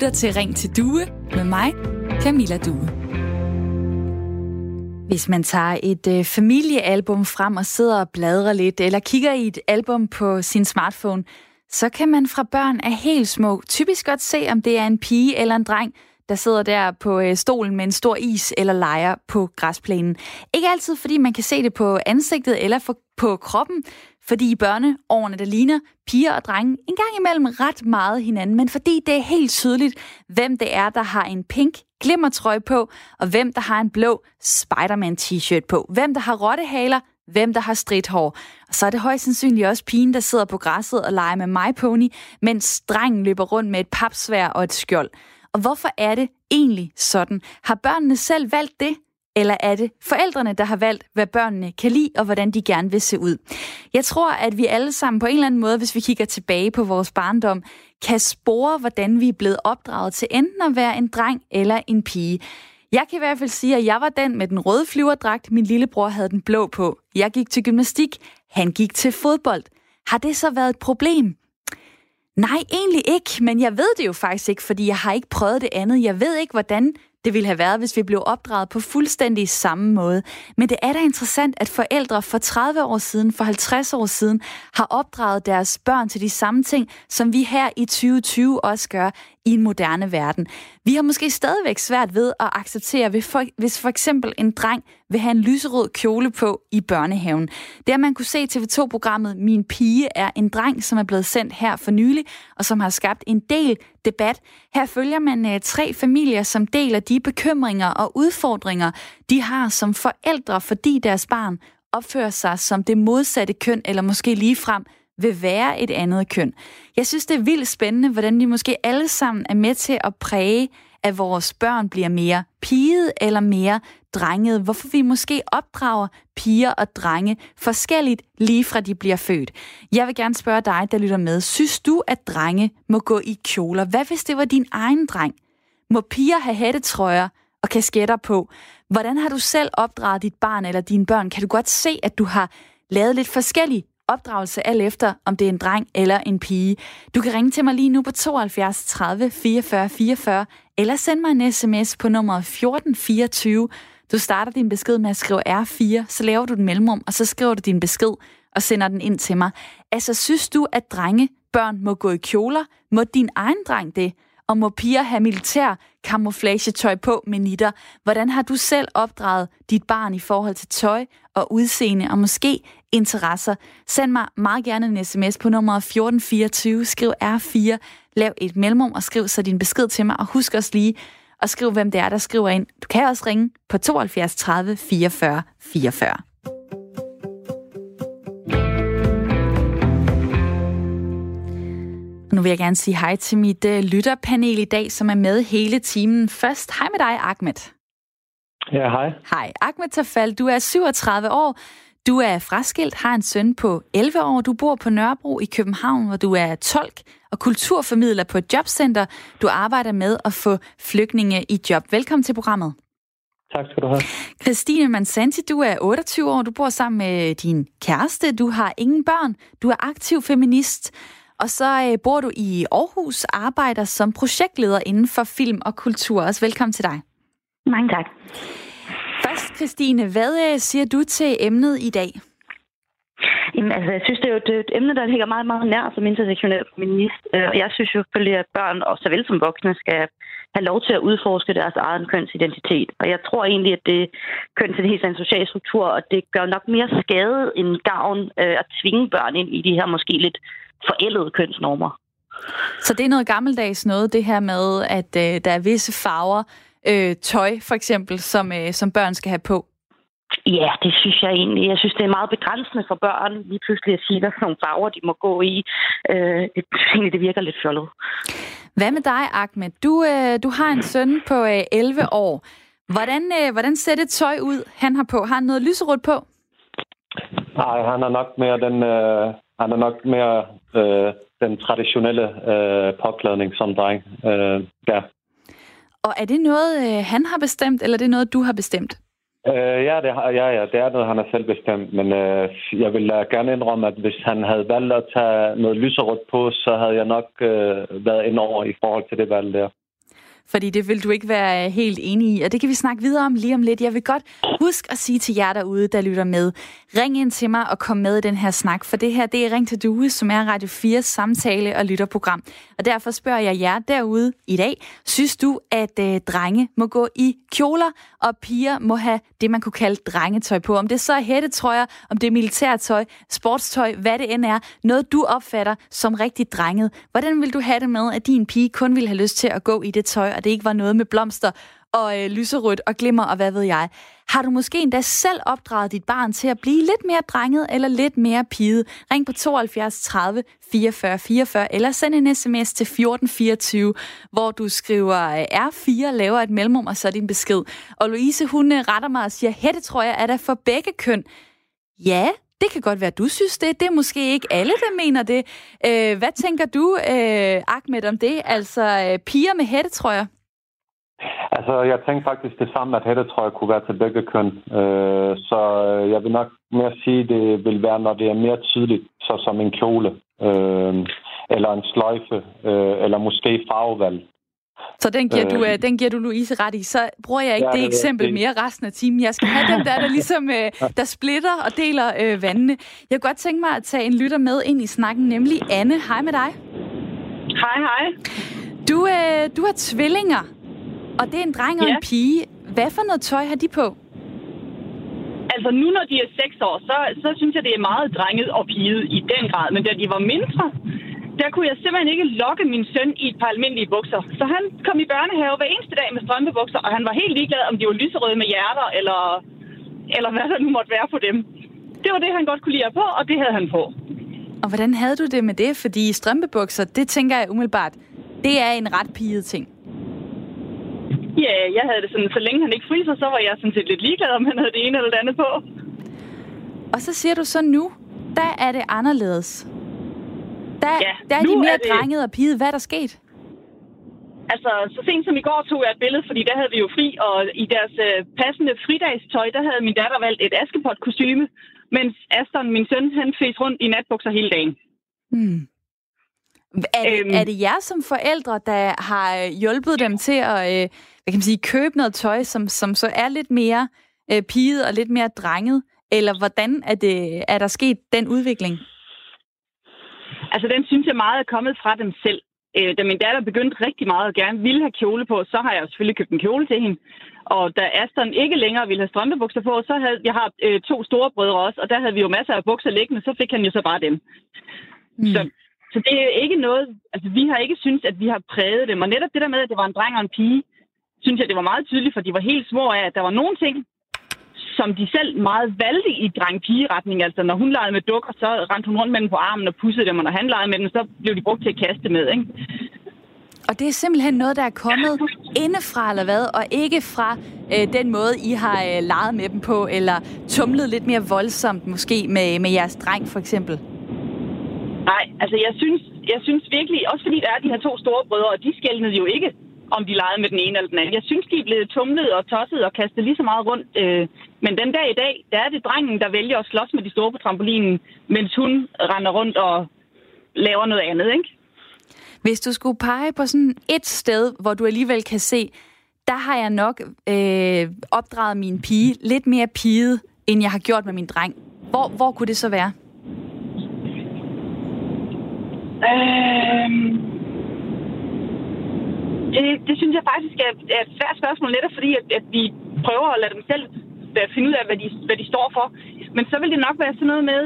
lytter til Ring til Due med mig, Camilla Due. Hvis man tager et familiealbum frem og sidder og bladrer lidt, eller kigger i et album på sin smartphone, så kan man fra børn af helt små typisk godt se, om det er en pige eller en dreng, der sidder der på stolen med en stor is eller leger på græsplænen. Ikke altid, fordi man kan se det på ansigtet eller på kroppen, fordi i børneårene, der ligner piger og drenge en gang imellem ret meget hinanden, men fordi det er helt tydeligt, hvem det er, der har en pink glimmertrøje på, og hvem der har en blå Spider-Man t-shirt på, hvem der har rottehaler, hvem der har stridt hår. Og så er det højst sandsynligt også pigen, der sidder på græsset og leger med My Pony, mens drengen løber rundt med et papsværd og et skjold. Og hvorfor er det egentlig sådan? Har børnene selv valgt det? Eller er det forældrene, der har valgt, hvad børnene kan lide, og hvordan de gerne vil se ud? Jeg tror, at vi alle sammen på en eller anden måde, hvis vi kigger tilbage på vores barndom, kan spore, hvordan vi er blevet opdraget til enten at være en dreng eller en pige. Jeg kan i hvert fald sige, at jeg var den med den røde flyverdragt. Min lillebror havde den blå på. Jeg gik til gymnastik. Han gik til fodbold. Har det så været et problem? Nej, egentlig ikke, men jeg ved det jo faktisk ikke, fordi jeg har ikke prøvet det andet. Jeg ved ikke, hvordan det ville have været, hvis vi blev opdraget på fuldstændig samme måde. Men det er da interessant, at forældre for 30 år siden, for 50 år siden, har opdraget deres børn til de samme ting, som vi her i 2020 også gør i en moderne verden. Vi har måske stadigvæk svært ved at acceptere, hvis for eksempel en dreng vil have en lyserød kjole på i børnehaven. Det har man kunne se i TV2-programmet Min pige er en dreng, som er blevet sendt her for nylig, og som har skabt en del debat. Her følger man 3 familier, som deler de bekymringer og udfordringer, de har som forældre, fordi deres barn opfører sig som det modsatte køn, eller måske ligefrem vil være et andet køn. Jeg synes, det er vildt spændende, hvordan vi måske alle sammen er med til at præge, at vores børn bliver mere pigede eller mere drengede. Hvorfor vi måske opdrager piger og drenge forskelligt lige fra de bliver født. Jeg vil gerne spørge dig, der lytter med. Synes du, at drenge må gå i kjoler? Hvad hvis det var din egen dreng? Må piger have hættetrøjer og kasketter på? Hvordan har du selv opdraget dit barn eller dine børn? Kan du godt se, at du har lavet lidt forskellige opdragelse alt efter, om det er en dreng eller en pige? Du kan ringe til mig lige nu på 72 30 44 44, eller send mig en sms på nummeret 1424. Du starter din besked med at skrive R4, så laver du den mellemrum, og så skriver du din besked og sender den ind til mig. Altså, synes du, at børn må gå i kjoler? Må din egen dreng det? Og må piger have militær camouflagetøj på med nitter? Hvordan har du selv opdraget dit barn i forhold til tøj og udseende og måske interesser? Send mig meget gerne en sms på nummeret 1424. Skriv R4, lav et mellemrum og skriv så din besked til mig. Og husk også lige at skrive, hvem det er, der skriver ind. Du kan også ringe på 72 30 44 44. Nu vil jeg gerne sige hej til mit lytterpanel i dag, som er med hele timen. Først, hej med dig, Ahmed. Ja, hej. Hej, Ahmed Tafal. Du er 37 år. Du er fraskilt, har en søn på 11 år. Du bor på Nørrebro i København, hvor du er tolk og kulturformidler på et jobcenter. Du arbejder med at få flygtninge i job. Velkommen til programmet. Tak skal du have. Christine Mansanti, du er 28 år. Du bor sammen med din kæreste. Du har ingen børn. Du er aktiv feminist. Og så bor du i Aarhus, arbejder som projektleder inden for film og kultur. Også velkommen til dig. Mange tak. Først, Christine, hvad siger du til emnet i dag? Jamen, altså, jeg synes, det er jo et emne, der ligger meget, meget nær som intersektionel feminist. Og jeg synes jo selvfølgelig, at børn, og såvel som voksne, skal have lov til at udforske deres egen kønsidentitet. Og jeg tror egentlig, at det kønsidentitet er en social struktur, og det gør nok mere skade end gavn at tvinge børn ind i de her måske lidt forældede kønsnormer. Så det er noget gammeldags noget, det her med, at der er visse farver, tøj for eksempel, som børn skal have på? Ja, det synes jeg egentlig. Jeg synes, det er meget begrænsende for børn lige pludselig at sige, hvad for nogle farver de må gå i. Jeg synes egentlig, det virker lidt fjollet. Hvad med dig, Ahmed? Du har en søn på 11 år. Hvordan ser det tøj ud, han har på? Har han noget lyserødt på? Nej, han er nok mere den traditionelle påklædning som dreng. Ja. Og er det noget, han har bestemt, eller er det noget, du har bestemt? Det er noget, han har selv bestemt, men jeg vil gerne indrømme, at hvis han havde valgt at tage noget lyserødt på, så havde jeg nok været ind over i forhold til det valg der. Fordi det vil du ikke være helt enig i, og det kan vi snakke videre om lige om lidt. Jeg vil godt huske at sige til jer derude, der lytter med, ring ind til mig og kom med i den her snak, for det her, det er Ring til Due, som er Radio 4's samtale- og lytterprogram. Og derfor spørger jeg jer derude i dag, synes du, at drenge må gå i kjoler, og piger må have det, man kunne kalde drengetøj på? Om det så er hættetrøjer, om det er militærtøj, sportstøj, hvad det end er, noget du opfatter som rigtig drenget. Hvordan vil du have det med, at din pige kun ville have lyst til at gå i det tøj, og det ikke var noget med blomster og lyserødt og glimmer og hvad ved jeg? Har du måske endda selv opdraget dit barn til at blive lidt mere drenget eller lidt mere piget? Ring på 72 30 44 44 eller send en sms til 1424, hvor du skriver R4, laver et mellemrum og så din besked. Og Louise, hun retter mig og siger, hættetrøjer er der for begge køn. Ja, det kan godt være, du synes det. Det er måske ikke alle, der mener det. Hvad tænker du, Ahmed, om det? Altså piger med hættetrøjer? Altså, jeg tænker faktisk det samme, at hættetrøjer kunne være til begge køn. Så jeg vil nok mere sige, det vil være, når det er mere tydeligt, så som en kjole, eller en sløjfe, eller måske farvevalg. Så den giver du Louise ret i. Så bruger jeg ikke det eksempel mere resten af timen. Jeg skal have dem der ligesom der splitter og deler vandene. Jeg kunne godt tænke mig at tage en lytter med ind i snakken, nemlig Anne. Hej med dig. Hej. Du har tvillinger, og det er en dreng og en pige. Hvad for noget tøj har de på? Altså nu, når de er 6 år, så synes jeg, det er meget drenget og piget i den grad. Men da de var mindre, der kunne jeg simpelthen ikke lokke min søn i et par almindelige bukser. Så han kom i børnehave hver eneste dag med strømpebukser, og han var helt ligeglad, om de var lyserøde med hjerter, eller hvad der nu måtte være på dem. Det var det, han godt kunne lide på, og det havde han på. Og hvordan havde du det med det? Fordi strømpebukser, det tænker jeg umiddelbart, det er en ret piget ting. Ja, jeg havde det sådan, så længe han ikke fryser, så var jeg sådan set lidt ligeglad, om han havde det ene eller det andet på. Og så siger du så nu, der er det anderledes. Der er de mere drenget og piget. Hvad er der sket? Altså, så sent som i går tog jeg et billede, fordi der havde vi jo fri, og i deres passende fridagstøj, der havde min datter valgt et Askepot-kostyme, mens Aston, min søn, han fes rundt i natbukser hele dagen. Er det jer som forældre, der har hjulpet dem til at købe noget tøj, som så er lidt mere piget og lidt mere drenget? Eller hvordan er der sket den udvikling? Altså, den synes jeg meget er kommet fra dem selv. Da min datter begyndte rigtig meget og gerne ville have kjole på, så har jeg jo selvfølgelig købt en kjole til hende. Og da Aston ikke længere ville have strømpebukser på, så havde jeg 2 store brødre også, og der havde vi jo masser af bukser liggende, så fik han jo så bare dem. Så det er ikke noget, altså vi har ikke syntes, at vi har præget dem. Og netop det der med, at det var en dreng og en pige, synes jeg, det var meget tydeligt, for de var helt små af, at der var nogle ting, som de selv meget valgte i dreng-pige-retning. Altså, når hun legede med dukker, så rendte hun rundt med dem på armen og pudsede dem, og når han legede med dem, så blev de brugt til at kaste med, ikke? Og det er simpelthen noget, der er kommet indefra, eller hvad? Og ikke fra den måde, I har leget med dem på, eller tumlet lidt mere voldsomt, måske med jeres dreng, for eksempel? Nej, altså jeg synes virkelig, også fordi der er de her 2 store brødre, og de skældnede jo ikke, om de legede med den ene eller den anden. Jeg synes, de er blevet tumlet og tosset og kastet lige så meget rundt. Men den dag i dag, der er det drengen, der vælger at slås med de store på trampolinen, mens hun render rundt og laver noget andet, ikke? Hvis du skulle pege på sådan et sted, hvor du alligevel kan se, der har jeg nok opdraget min pige lidt mere piget, end jeg har gjort med min dreng. Hvor kunne det så være? Det synes jeg faktisk er et svært spørgsmål, netop fordi, at vi prøver at lade dem selv finde ud af, hvad de står for. Men så vil det nok være sådan noget med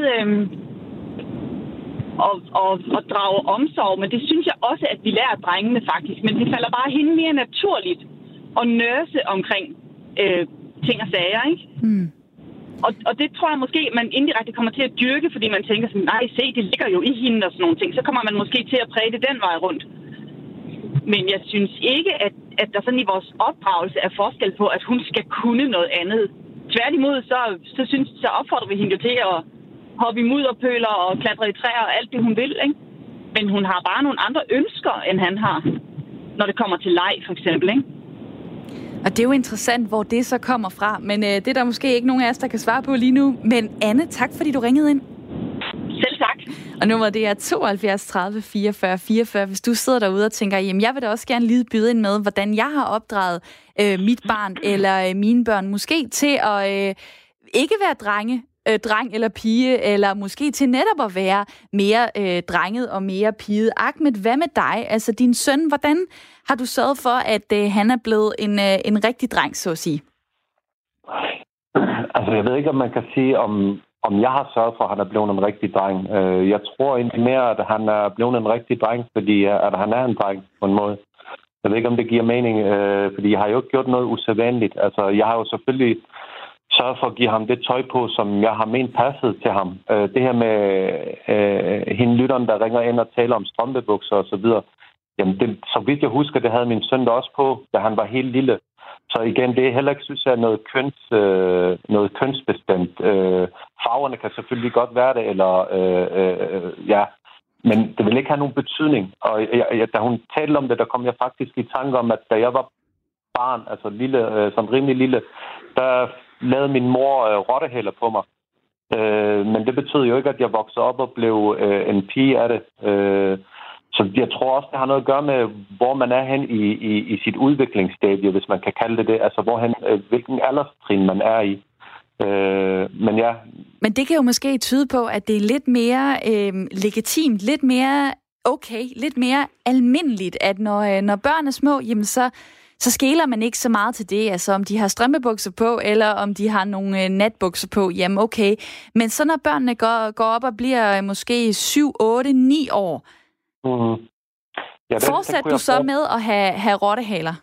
at drage omsorg. Men det synes jeg også, at vi lærer drengene faktisk. Men det falder bare hende mere naturligt at nørse omkring ting og sager, ikke? Og det tror jeg måske, man indirekte kommer til at dyrke, fordi man tænker sådan, nej, se, det ligger jo i hende og sådan nogle ting. Så kommer man måske til at præge det den vej rundt. Men jeg synes ikke, at der sådan i vores opdragelse er forskel på, at hun skal kunne noget andet. Tværtimod, så opfordrer vi hende jo til at hoppe i mudderpøler og klatre i træer og alt det, hun vil, ikke? Men hun har bare nogle andre ønsker, end han har, når det kommer til leg, for eksempel, ikke? Og det er jo interessant, hvor det så kommer fra. Men det er der måske ikke nogen af os, der kan svare på lige nu. Men Anne, tak fordi du ringede ind. Selv tak. Og nummeret det er 72 30 44 44, hvis du sidder derude og tænker, jamen jeg vil da også gerne lige byde ind med, hvordan jeg har opdraget mit barn eller mine børn, måske til at ikke være dreng eller pige, eller måske til netop at være mere drenget og mere pige. Ahmed, hvad med dig? Altså din søn, hvordan har du sørget for, at han er blevet en rigtig dreng, så at sige? Altså, jeg ved ikke, om man kan sige, om jeg har sørget for, at han er blevet en rigtig dreng. Jeg tror egentlig mere, at han er blevet en rigtig dreng, fordi at han er en dreng på en måde. Jeg ved ikke, om det giver mening, fordi jeg har jo ikke gjort noget usædvanligt. Altså, jeg har jo selvfølgelig sørget for at give ham det tøj på, som jeg har ment passede til ham. Det her med hende lytteren, der ringer ind og taler om strømpebukser og så videre. Jamen, så vidt jeg husker, det havde min søn da også på, da han var helt lille. Så igen, det er heller ikke, synes jeg, noget kønsbestemt. Farverne kan selvfølgelig godt være det, eller ja, men det vil ikke have nogen betydning. Og da hun talte om det, der kom jeg faktisk i tanke om, at da jeg var barn, altså lille, sådan rimelig lille, der lavede min mor rottehælder på mig. Men det betød jo ikke, at jeg voksede op og blev en pige af det. Så jeg tror også, det har noget at gøre med, hvor man er hen i sit udviklingsstadie, hvis man kan kalde det det. Altså, hvilken alderstrin man er i. Men ja. Men det kan jo måske tyde på, at det er lidt mere legitimt, lidt mere okay, lidt mere almindeligt, at når børn er små, jamen så skeler man ikke så meget til det. Altså, om de har strømpebukser på, eller om de har nogle natbukser på, jamen okay. Men så når børnene går op og bliver måske 7, 8, 9 år, ja, fortsætter du så med at have rottehaler?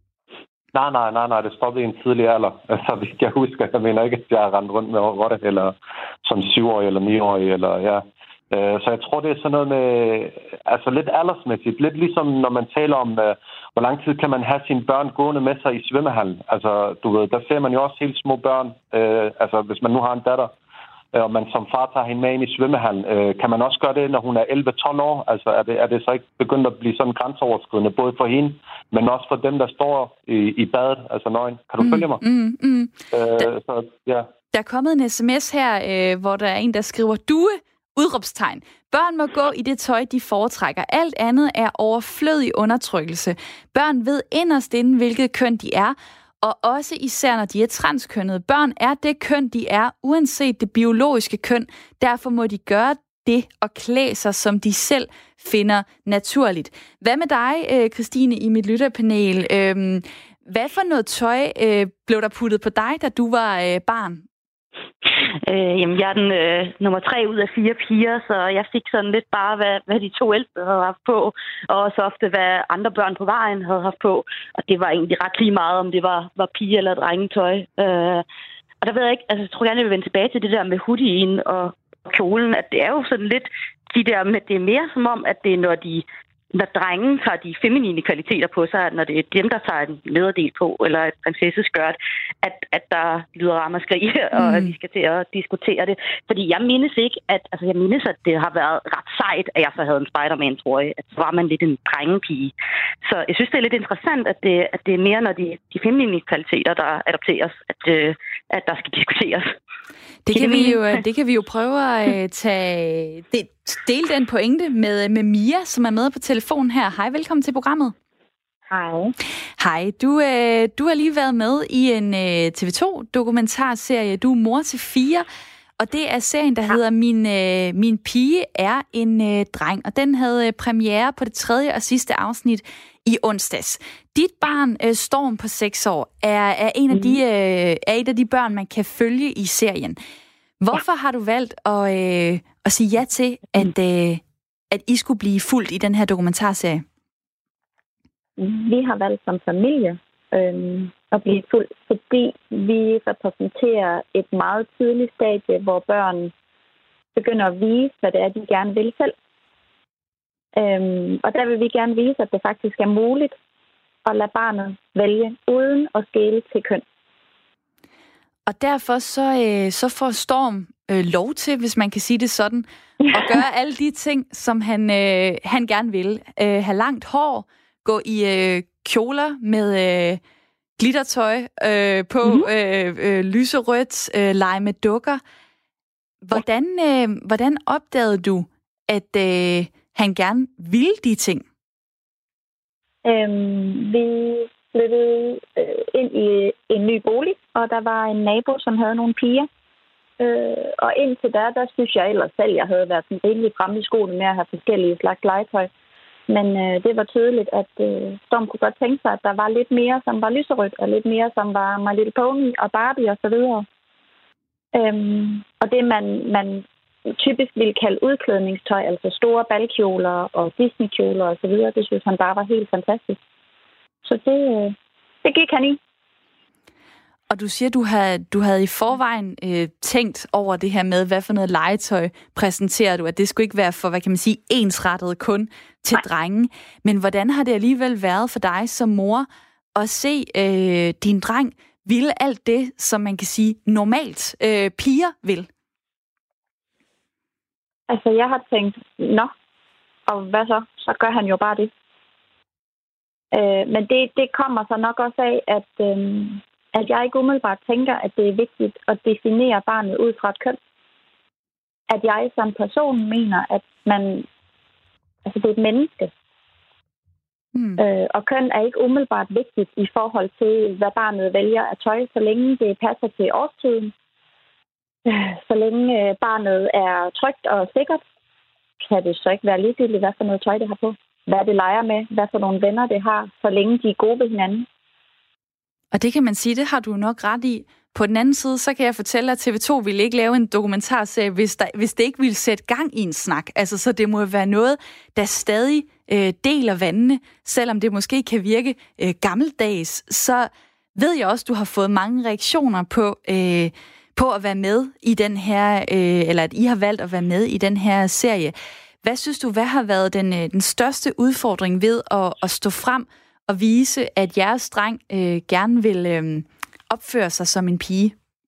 Nej, det stoppede i en tidlig alder. Altså, hvis jeg husker, jeg mener ikke, at jeg har rendt rundt med rottehaler som 7-årig eller 9-årig, eller ja. Så jeg tror, det er sådan noget med, altså lidt aldersmæssigt. Lidt ligesom, når man taler om, hvor lang tid kan man have sine børn gående med sig i svømmehallen. Altså, du ved, der ser man jo også helt små børn. Altså, hvis man nu har en datter, og man som far tager hende med ind i svømmehallen, kan man også gøre det, når hun er 11-12 år? Altså, er det så ikke begyndt at blive sådan grænseoverskridende, både for hende, men også for dem, der står i badet, altså nøgen. Kan du følge mig? Så, ja. Der er kommet en sms her, hvor der er en, der skriver, due, udråbstegn. Børn må gå i det tøj, de foretrækker. Alt andet er overflødig undertrykkelse. Børn ved inderst inde, hvilket køn de er, og også især, når de er transkønnede. Børn er det køn, de er, uanset det biologiske køn. Derfor må de gøre det og klæde sig, som de selv finder naturligt. Hvad med dig, Christine, i mit lytterpanel? Hvad for noget tøj blev der puttet på dig, da du var barn? Jamen, jeg er den nummer 3 ud af 4 piger, så jeg fik sådan lidt bare, hvad de 2 ældste havde haft på, og også ofte, hvad andre børn på vejen havde haft på. Og det var egentlig ret lige meget, om det var pige- eller drengetøj. Og der ved jeg ikke, altså jeg tror gerne, jeg vil vende tilbage til det der med hoodien og kjolen, at det er jo sådan lidt de der med, det er mere som om, at det er, når drengen tager de feminine kvaliteter på sig, når det er dem, der tager en lederdel på, eller et prinsesseskørt, at der lyder ramaskrig, og at vi skal til at diskutere det. Fordi jeg mindes at det har været ret sejt, at jeg så havde en Spider-Man-trøje, at så var man lidt en drengepige. Så jeg synes, det er lidt interessant, at det er mere, når de feminine kvaliteter, der adopteres, at der skal diskuteres. Det kan vi jo prøve at dele den pointe med Mia, som er med på telefonen her. Hej, velkommen til programmet. Hej. Hej, du har lige været med i en TV2-dokumentarserie. Du er mor til 4, og det er serien, der hedder Min pige er en dreng. Og den havde premiere på det 3. og sidste afsnit i onsdags. Dit barn, Storm på 6 år, er et af de børn, man kan følge i serien. Hvorfor har du valgt at sige ja til, at I skulle blive fulgt i den her dokumentarserie? Vi har valgt som familie at blive fulgt, fordi vi repræsenterer et meget tidligt stadie, hvor børn begynder at vise, hvad det er, de gerne vil selv. Og der vil vi gerne vise, at det faktisk er muligt at lade barnet vælge, uden at skele til køn. Og derfor så får Storm lov til, hvis man kan sige det sådan, at gøre alle de ting, som han gerne vil. Have langt hår, gå i kjoler med glittertøj på, lyserødt, lege med dukker. Hvordan opdagede du, at han gerne ville de ting? Vi flyttede ind i en ny bolig, og der var en nabo, som havde nogle piger. Og indtil der synes jeg ellers selv, jeg havde været sådan rimelig fremme i skolen med at have forskellige slags legetøj. Men det var tydeligt, at Storm kunne godt tænke sig, at der var lidt mere, som var lyserødt, og lidt mere, som var My Little Pony og Barbie og så videre. Og det, man typisk ville kalde udklædningstøj, altså store balkjoler og Disney-kjoler og så videre, det synes han bare var helt fantastisk. Så det gik han i. Og du siger, du havde i forvejen tænkt over det her med, hvad for noget legetøj præsenterer du, at det skulle ikke være for, hvad kan man sige, ensrettet kun til drenge. Men hvordan har det alligevel været for dig som mor at se din dreng ville alt det, som man kan sige normalt piger vil? Altså, jeg har tænkt, og hvad så? Så gør han jo bare det. Men det kommer så nok også af, at jeg ikke umiddelbart tænker, at det er vigtigt at definere barnet ud fra et køn. At jeg som person mener, at det er et menneske. Og køn er ikke umiddelbart vigtigt i forhold til, hvad barnet vælger af tøj, så længe det passer til årstiden. Så længe barnet er trygt og sikkert, kan det så ikke være ligegyldigt, hvad for noget tøj det har på. Hvad det leger med, hvad for nogle venner det har, så længe de er gode ved hinanden. Og det kan man sige, det har du nok ret i. På den anden side, så kan jeg fortælle, at TV2 ville ikke lave en dokumentarserie, hvis det ikke ville sætte gang i en snak. Altså, så det må være noget, der stadig deler vandene, selvom det måske kan virke gammeldags. Så ved jeg også, du har fået mange reaktioner på at være med i den her, eller at I har valgt at være med i den her serie. Hvad synes du, hvad har været den største udfordring ved at stå frem og vise, at jeres dreng gerne vil opføre sig som en pige?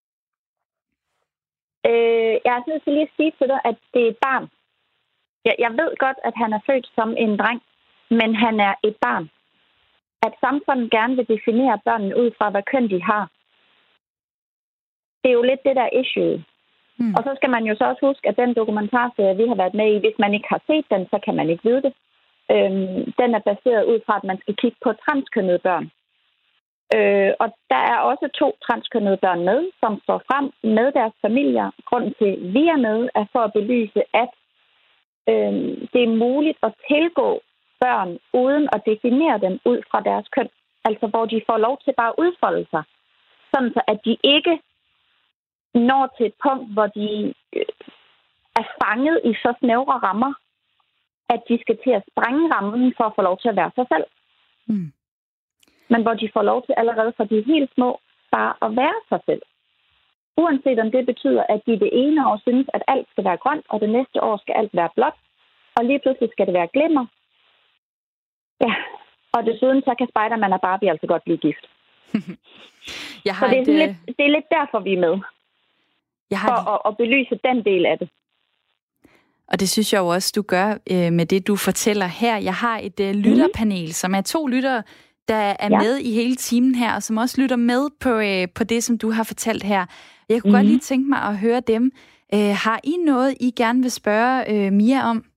Jeg er nødt til lige at sige til dig, at det er et barn. Jeg ved godt, at han er født som en dreng, men han er et barn. At samfundet gerne vil definere børnene ud fra, hvad køn de har. Det er jo lidt det der issue. Og så skal man jo så også huske, at den dokumentarserie, vi har været med i, hvis man ikke har set den, så kan man ikke vide det. Den er baseret ud fra, at man skal kigge på transkønnede børn. Og der er også 2 transkønnede børn med, som står frem med deres familier. Grunden til, at vi er med, er for at belyse, at det er muligt at tilgå børn uden at definere dem ud fra deres køn. Altså hvor de får lov til bare at udfolde sig. Sådan så, at de ikke når til et punkt, hvor de er fanget i så snævre rammer, at de skal til at sprænge rammen for at få lov til at være sig selv. Men hvor de får lov til allerede fra de helt små bare at være sig selv. Uanset om det betyder, at de det ene år synes, at alt skal være grønt, og det næste år skal alt være blåt, og lige pludselig skal det være glimmer. Ja, og desuden så kan Spider-Man og Barbie altså godt blive gift. Så det er lidt derfor, vi er med. For at belyse den del af det. Og det synes jeg jo også, du gør med det, du fortæller her. Jeg har et lytterpanel, som er 2 lyttere, der er med i hele timen her, og som også lytter med på det, som du har fortalt her. Jeg kunne godt lige tænke mig at høre dem. Har I noget, I gerne vil spørge Mia om?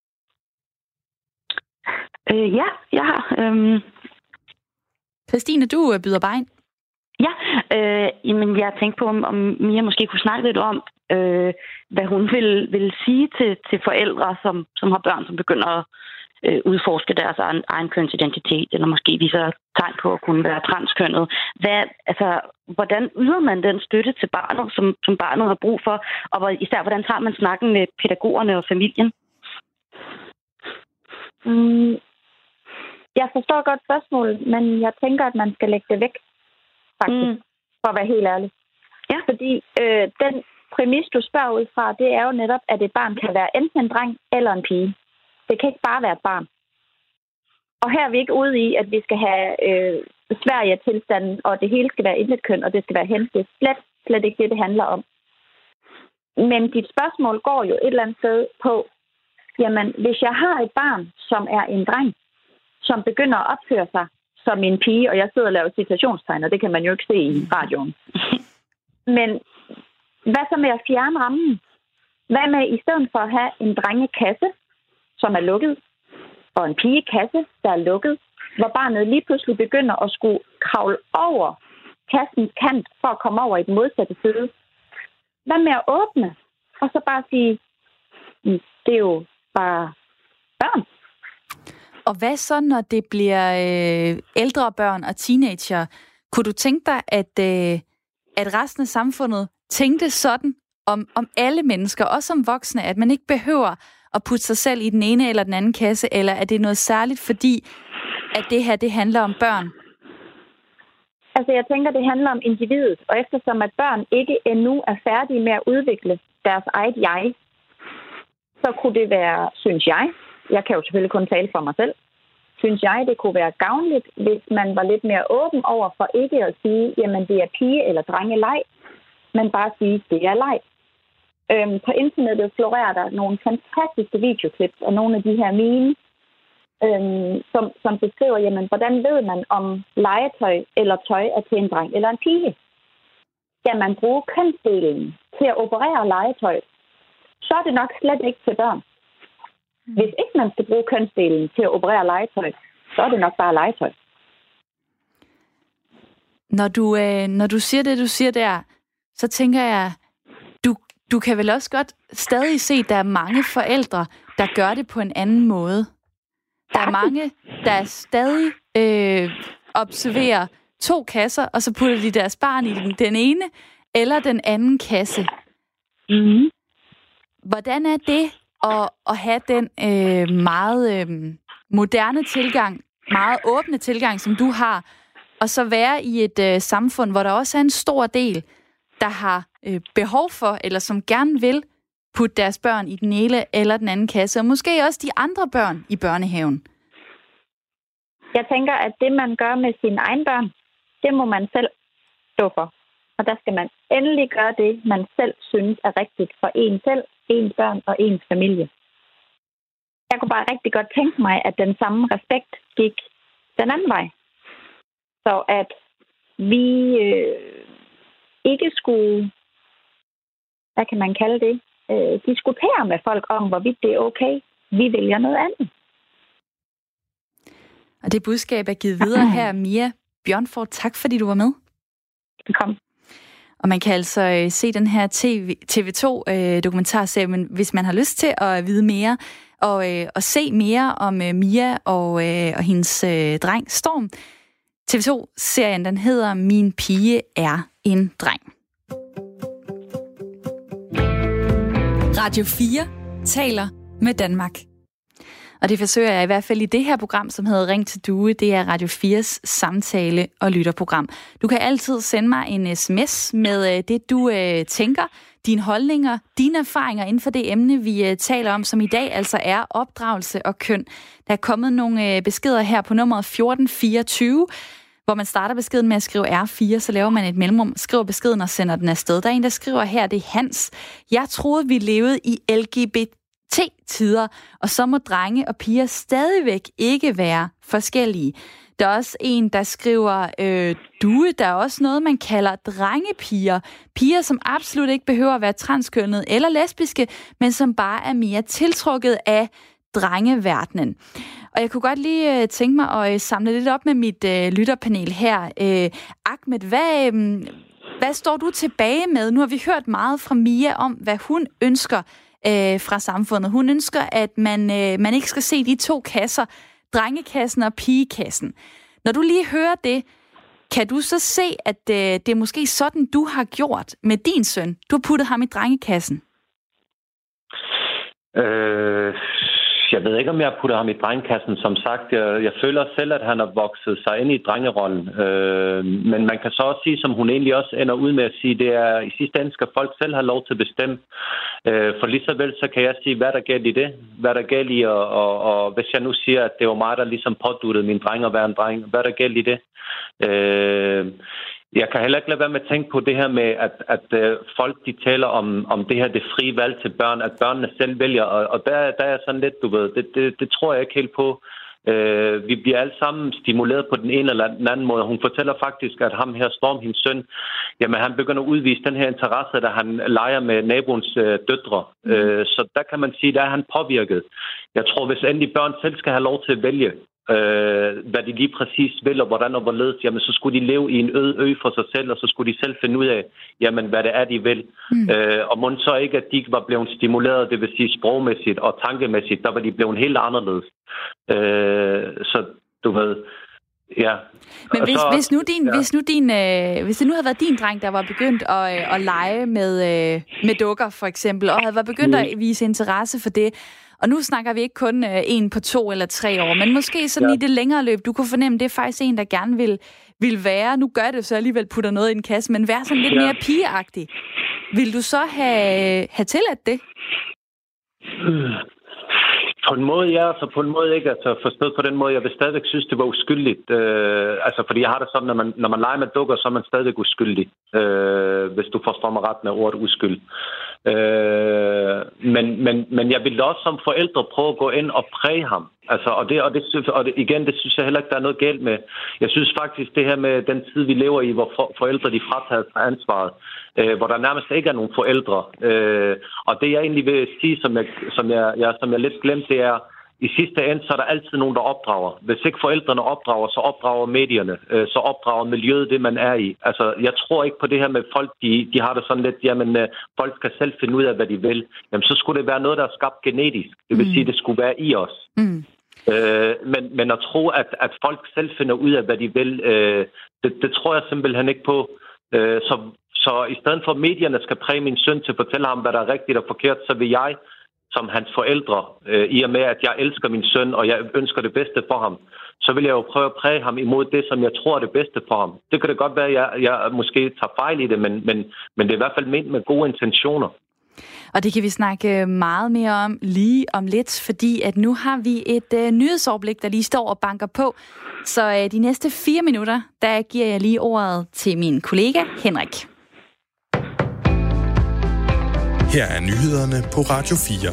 Ja, jeg har. Christine, du byder bare ind. Ja, men jeg tænkte på, om Mia måske kunne snakke lidt om, hvad hun vil sige til forældre, som har børn, som begynder at udforske deres egen kønsidentitet, eller måske viser tegn på at kunne være transkønnet. Hvordan yder man den støtte til barnet, som barnet har brug for, og især hvordan tager man snakken med pædagogerne og familien? Jeg forstår godt spørgsmålet, men jeg tænker, at man skal lægge det væk, faktisk, for at være helt ærlig. Ja. Fordi den præmis, du spørger ud fra, det er jo netop, at et barn kan være enten en dreng eller en pige. Det kan ikke bare være et barn. Og her er vi ikke ude i, at vi skal have Sverige-tilstanden, og det hele skal være intet køn, og det skal være hen. Det er slet ikke det handler om. Men dit spørgsmål går jo et eller andet sted på, jamen, hvis jeg har et barn, som er en dreng, som begynder at opføre sig som en pige, og jeg sidder og laver citationstegn, og det kan man jo ikke se i radioen. Men hvad så med at fjerne rammen? Hvad med i stedet for at have en drengekasse, som er lukket, og en pigekasse, der er lukket, hvor barnet lige pludselig begynder at skulle kravle over kassens kant for at komme over i den modsatte side. Hvad med at åbne, og så bare sige, det er jo bare børn. Og hvad så, når det bliver ældre børn og teenager? Kunne du tænke dig, at resten af samfundet tænkte sådan om alle mennesker, også om voksne, at man ikke behøver at putte sig selv i den ene eller den anden kasse, eller er det noget særligt, fordi at det her, det handler om børn? Altså, jeg tænker, det handler om individet, og eftersom at børn ikke endnu er færdige med at udvikle deres eget jeg, så kunne det være, synes jeg kan jo selvfølgelig kun tale for mig selv, synes jeg, det kunne være gavnligt, hvis man var lidt mere åben over for ikke at sige, jamen det er pige- eller drengeleg, men bare sige, det er leg. På internettet florerer der nogle fantastiske videoklips af nogle af de her memes, som beskriver, jamen, hvordan ved man, om legetøj eller tøj er til en dreng eller en pige? Skal man bruge kønsdelen til at operere legetøj, så er det nok slet ikke til børn. Hvis ikke man skal bruge kønsdelen til at operere legetøj, så er det nok bare legetøj. Når du siger det, du siger der, så tænker jeg, du kan vel også godt stadig se, at der er mange forældre, der gør det på en anden måde. Der er mange, der stadig observerer 2 kasser, og så putter de deres barn i den ene eller den anden kasse. Mm-hmm. Hvordan er det at have den meget moderne tilgang, meget åbne tilgang, som du har, og så være i et samfund, hvor der også er en stor del, der har behov for, eller som gerne vil putte deres børn i den ene eller den anden kasse, og måske også de andre børn i børnehaven? Jeg tænker, at det, man gør med sine egne børn, det må man selv stå for. Og der skal man endelig gøre det, man selv synes er rigtigt for en selv, ens børn og ens familie. Jeg kunne bare rigtig godt tænke mig, at den samme respekt gik den anden vej. Så at vi ikke skulle, hvad kan man kalde det, diskutere med folk om, hvorvidt det er okay. Vi vælger noget andet. Og det budskab er givet videre her, Mia Bjørnfort. Tak, fordi du var med. Velkommen. Og man kan altså se den her TV2-dokumentarserie, men hvis man har lyst til at vide mere og se mere om Mia og hendes dreng Storm. TV2-serien, den hedder Min pige er en dreng. Radio 4 taler med Danmark. Og det forsøger jeg i hvert fald i det her program, som hedder Ring til Due. Det er Radio 4's samtale- og lytterprogram. Du kan altid sende mig en sms med det, du tænker, dine holdninger, dine erfaringer inden for det emne, vi taler om, som i dag altså er opdragelse og køn. Der er kommet nogle beskeder her på nummeret 1424, hvor man starter beskeden med at skrive R4, så laver man et mellemrum, skriver beskeden og sender den afsted. Der er en, der skriver her, det er Hans. Jeg troede, vi levede i LGBT-tider, og så må drenge og piger stadigvæk ikke være forskellige. Der er også en, der skriver, Due, der er også noget, man kalder drengepiger. Piger, som absolut ikke behøver at være transkønnede eller lesbiske, men som bare er mere tiltrukket af drengeverdenen. Og jeg kunne godt lige tænke mig at samle lidt op med mit lytterpanel her. Ahmed, hvad står du tilbage med? Nu har vi hørt meget fra Mia om, hvad hun ønsker fra samfundet. Hun ønsker, at man ikke skal se de 2 kasser, drengekassen og pigekassen. Når du lige hører det, kan du så se, at det er måske sådan, du har gjort med din søn? Du har puttet ham i drengekassen. Jeg ved ikke, om jeg putter ham i drengekassen. Som sagt, jeg føler selv, at han har vokset sig ind i drengerollen. Men man kan så også sige, som hun egentlig også ender ud med at sige, det er i sidste ende skal folk selv have lov til at bestemme. For lige så vel, så kan jeg sige, hvad der galt i det. Hvad der galt i, og hvis jeg nu siger, at det var mig, der ligesom påduttede min dreng at være en dreng. Hvad der galt i det? Jeg kan heller ikke lade være med at tænke på det her med, at folk de taler om det her, det frie valg til børn, at børnene selv vælger, og der er sådan lidt, du ved, det tror jeg ikke helt på. Vi bliver alle sammen stimuleret på den ene eller den anden måde. Hun fortæller faktisk, at ham her, Storm, hendes søn, jamen han begynder at udvise den her interesse, da han leger med naboens døtre. Så der kan man sige, der er han påvirket. Jeg tror, hvis endelig børn selv skal have lov til at vælge, hvad de lige præcis vil, og hvordan og hvorledes, jamen så skulle de leve i en ø for sig selv, og så skulle de selv finde ud af, jamen hvad det er, de vil. Og må så ikke, at de var blevet stimuleret, det vil sige sprogmæssigt og tankemæssigt, der var de blevet helt anderledes. Så du ved, ja. Men hvis det nu havde været din dreng, der var begyndt at lege med dukker, for eksempel, og havde været begyndt at vise interesse for det, og nu snakker vi ikke kun en på 2 eller 3 år, men måske sådan i det længere løb, du kunne fornemme, det er faktisk en, der gerne vil være, nu gør det så alligevel, putter noget i en kasse, men være sådan lidt mere pigeagtig. Vil du så have tilladt det? På en måde ja, så på en måde ikke. Altså forstået på den måde, jeg vil stadigvæk synes, det var uskyldigt. Fordi jeg har det sådan, når man leger med dukker, så er man stadigvæk uskyldig. Hvis du forstår mig ret med ordet uskyld. Men jeg vil også som forældre prøve at gå ind og præge ham. Altså, og det synes jeg heller ikke, der er noget galt med. Jeg synes faktisk, det her med den tid, vi lever i, hvor forældre de fratager sig ansvaret, hvor der nærmest ikke er nogen forældre. Og det jeg egentlig vil sige, som jeg lidt glemte, det er, i sidste ende, så er der altid nogen, der opdrager. Hvis ikke forældrene opdrager, så opdrager medierne. Så opdrager miljøet det, man er i. Altså, jeg tror ikke på det her med folk, de har det sådan lidt, jamen, folk skal selv finde ud af, hvad de vil. Jamen, så skulle det være noget, der er skabt genetisk. Det vil sige, det skulle være i os. Men at tro, at folk selv finder ud af, hvad de vil, det tror jeg simpelthen ikke på. Så i stedet for, at medierne skal præge min søn til at fortælle ham, hvad der er rigtigt og forkert, så vil jeg som hans forældre, i og med, at jeg elsker min søn, og jeg ønsker det bedste for ham, så vil jeg jo prøve at præge ham imod det, som jeg tror er det bedste for ham. Det kan det godt være, at jeg måske tager fejl i det, men det er i hvert fald ment med gode intentioner. Og det kan vi snakke meget mere om lige om lidt, fordi at nu har vi et nyhedsoverblik, der lige står og banker på. Så de næste 4 minutter, der giver jeg lige ordet til min kollega Henrik. Her er nyhederne på Radio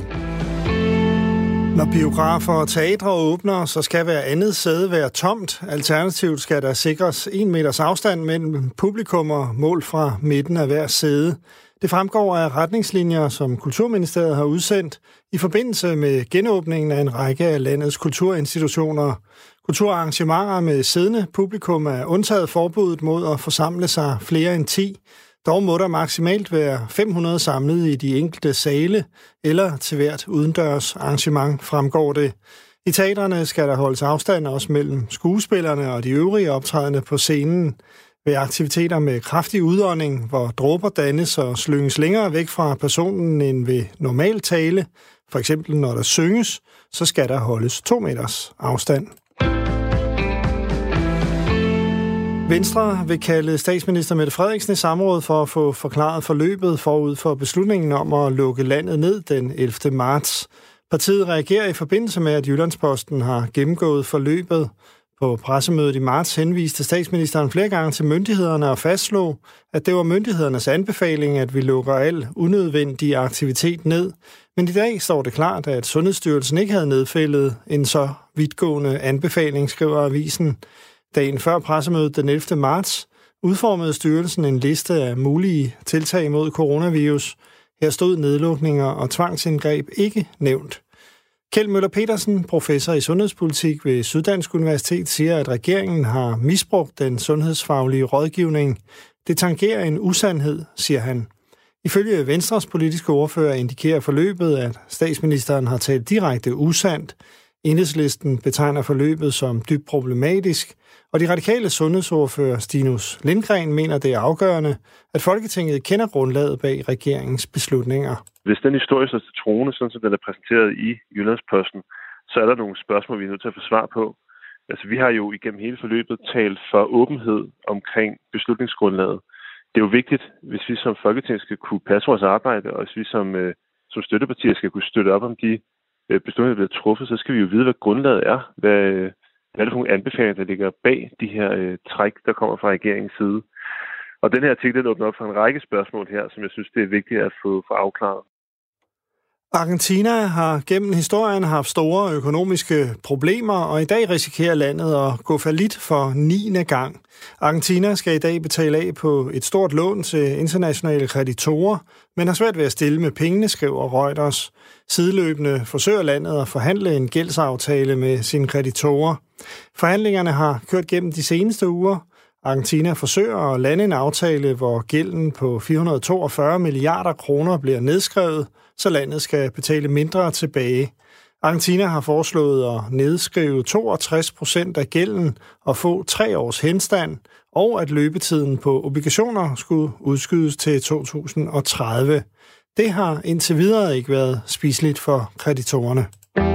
4. Når biografer og teatre åbner, så skal hver andet sæde være tomt. Alternativt skal der sikres 1 meters afstand mellem publikum og mål fra midten af hver sæde. Det fremgår af retningslinjer, som Kulturministeriet har udsendt i forbindelse med genåbningen af en række af landets kulturinstitutioner. Kulturarrangementer med siddende publikum er undtaget forbuddet mod at forsamle sig flere end 10. Dog må der maksimalt være 500 samlet i de enkelte sale, eller til hvert udendørs arrangement fremgår det. I teatrene skal der holdes afstand også mellem skuespillerne og de øvrige optrædende på scenen. Ved aktiviteter med kraftig udånding, hvor dråber dannes og slynges længere væk fra personen end ved normal tale, for eksempel når der synges, så skal der holdes 2 meters afstand. Venstre vil kalde statsminister Mette Frederiksen i samråd for at få forklaret forløbet forud for beslutningen om at lukke landet ned den 11. marts. Partiet reagerer i forbindelse med, at Jyllandsposten har gennemgået forløbet. På pressemødet i marts henviste statsministeren flere gange til myndighederne og fastslog, at det var myndighedernes anbefaling, at vi lukker al unødvendig aktivitet ned. Men i dag står det klart, at Sundhedsstyrelsen ikke havde nedfældet en så vidtgående anbefaling, skriver avisen. Dagen før pressemødet den 11. marts udformede styrelsen en liste af mulige tiltag mod coronavirus. Her stod nedlukninger og tvangsindgreb ikke nævnt. Kjeld Møller Petersen, professor i sundhedspolitik ved Syddansk Universitet, siger, at regeringen har misbrugt den sundhedsfaglige rådgivning. Det tangerer en usandhed, siger han. Ifølge Venstres politiske ordfører indikerer forløbet, at statsministeren har talt direkte usandt. Enhedslisten betegner forløbet som dybt problematisk, og de radikale sundhedsordfører Stinus Lindgren mener, det er afgørende, at Folketinget kender grundlaget bag regeringens beslutninger. Hvis den historie står til troende, sådan som den er præsenteret i Jyllandsposten, så er der nogle spørgsmål, vi er nødt til at få svar på. Altså, vi har jo igennem hele forløbet talt for åbenhed omkring beslutningsgrundlaget. Det er jo vigtigt, hvis vi som Folketing skal kunne passe vores arbejde, og hvis vi som støttepartier skal kunne støtte op om de beslutninger, der bliver truffet, så skal vi jo vide, hvad grundlaget er. Hvad er det for nogle anbefalinger, der ligger bag de her træk, der kommer fra regeringens side. Og den her artikel åbner op for en række spørgsmål her, som jeg synes, det er vigtigt at få afklaret. Argentina har gennem historien haft store økonomiske problemer, og i dag risikerer landet at gå fallit for 9. gang. Argentina skal i dag betale af på et stort lån til internationale kreditorer, men har svært ved at stille med pengene, skriver Reuters. Sideløbende forsøger landet at forhandle en gældsaftale med sine kreditorer. Forhandlingerne har kørt gennem de seneste uger. Argentina forsøger at lande en aftale, hvor gælden på 442 milliarder kroner bliver nedskrevet, så landet skal betale mindre tilbage. Argentina har foreslået at nedskrive 62% af gælden og få 3 års henstand, og at løbetiden på obligationer skulle udskydes til 2030. Det har indtil videre ikke været spiseligt for kreditorerne.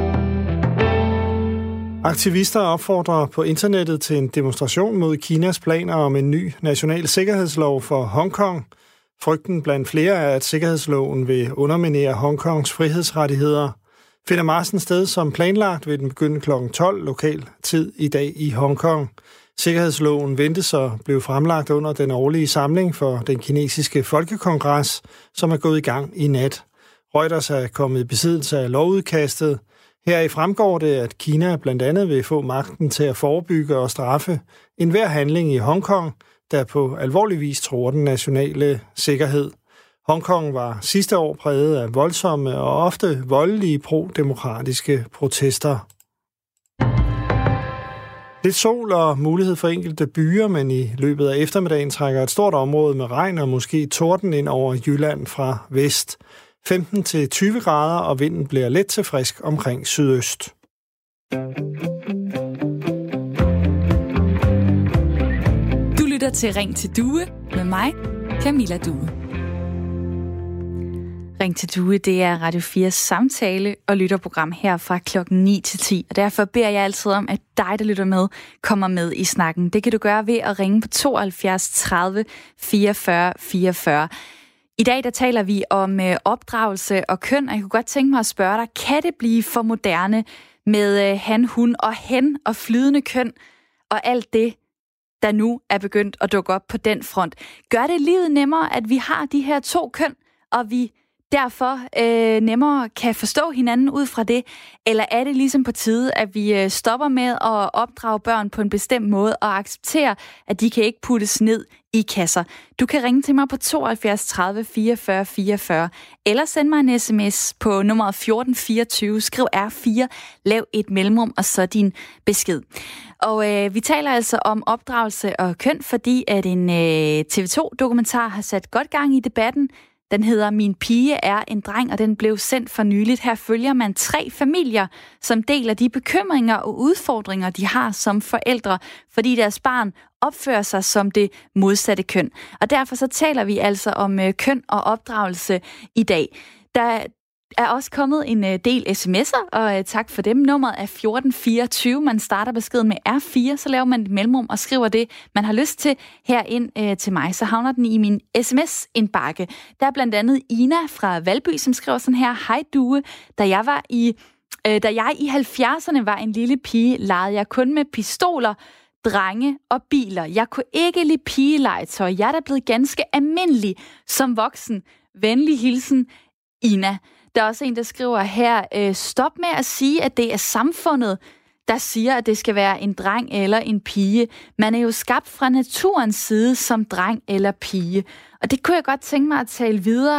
Aktivister opfordrer på internettet til en demonstration mod Kinas planer om en ny national sikkerhedslov for Hongkong. Frygten blandt flere er, at sikkerhedsloven vil underminere Hongkongs frihedsrettigheder. Finder marchen sted som planlagt, vil den begynde kl. 12 lokal tid i dag i Hongkong. Sikkerhedsloven ventes at blive fremlagt under den årlige samling for den kinesiske folkekongres, som er gået i gang i nat. Reuters er kommet i besiddelse af lovudkastet. Heraf fremgår det, at Kina blandt andet vil få magten til at forebygge og straffe enhver handling i Hongkong, der på alvorlig vis truer den nationale sikkerhed. Hongkong var sidste år præget af voldsomme og ofte voldelige pro-demokratiske protester. Lidt sol og mulighed for enkelte byer, men i løbet af eftermiddagen trækker et stort område med regn og måske torden ind over Jylland fra vest. 15-20 grader, og vinden bliver let til frisk omkring sydøst. Du lytter til Ring til Due med mig, Camilla Due. Ring til Due, det er Radio 4's samtale- og lytterprogram her fra klokken 9 til 10. Og derfor beder jeg altid om, at dig, der lytter med, kommer med i snakken. Det kan du gøre ved at ringe på 72 30 44 44. I dag der taler vi om opdragelse og køn, og jeg kunne godt tænke mig at spørge dig, kan det blive for moderne med han, hun og hen og flydende køn og alt det, der nu er begyndt at dukke op på den front? Gør det livet nemmere, at vi har de her 2 køn, og vi derfor nemmere kan forstå hinanden ud fra det? Eller er det ligesom på tide, at vi stopper med at opdrage børn på en bestemt måde og acceptere, at de kan ikke puttes ned i kasser? Du kan ringe til mig på 72 30 44 44, eller send mig en sms på nummeret 1424, skriv R4, lav et mellemrum og så din besked. Og vi taler altså om opdragelse og køn, fordi at en TV2-dokumentar har sat godt gang i debatten. Den hedder Min pige er en dreng, og den blev sendt for nyligt. Her følger man 3 familier, som deler de bekymringer og udfordringer, de har som forældre, fordi deres barn opfører sig som det modsatte køn. Og derfor så taler vi altså om køn og opdragelse i dag. Der er også kommet en del sms'er, og tak for dem. Nummeret er 1424. Man starter beskeden med R4, så laver man et mellemrum og skriver det, man har lyst til herind til mig. Så havner den i min sms-indbakke. Der er blandt andet Ina fra Valby, som skriver sådan her: Hej Due, da jeg i 70'erne var en lille pige, legede jeg kun med pistoler, drenge og biler. Jeg kunne ikke lide pigelegetøj. Jeg er da blevet ganske almindelig som voksen. Venlig hilsen, Ina. Der er også en, der skriver her, stop med at sige, at det er samfundet, der siger, at det skal være en dreng eller en pige. Man er jo skabt fra naturens side som dreng eller pige. Og det kunne jeg godt tænke mig at tale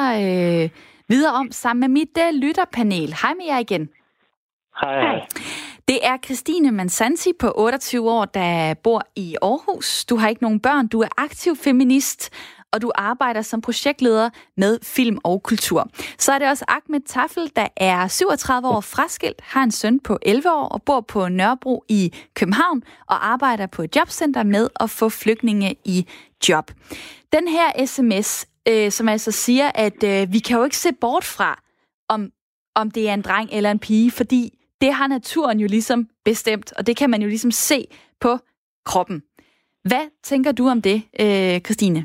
videre om sammen med mit lytterpanel. Hej med jer igen. Hej. Det er Christine Mansanti på 28 år, der bor i Aarhus. Du har ikke nogen børn, du er aktiv feminist, og du arbejder som projektleder med film og kultur. Så er det også Ahmed Tafel, der er 37 år, fraskilt, har en søn på 11 år og bor på Nørrebro i København og arbejder på et jobcenter med at få flygtninge i job. Den her sms, som altså siger, at vi kan jo ikke se bort fra, om det er en dreng eller en pige, fordi det har naturen jo ligesom bestemt, og det kan man jo ligesom se på kroppen. Hvad tænker du om det, Christine?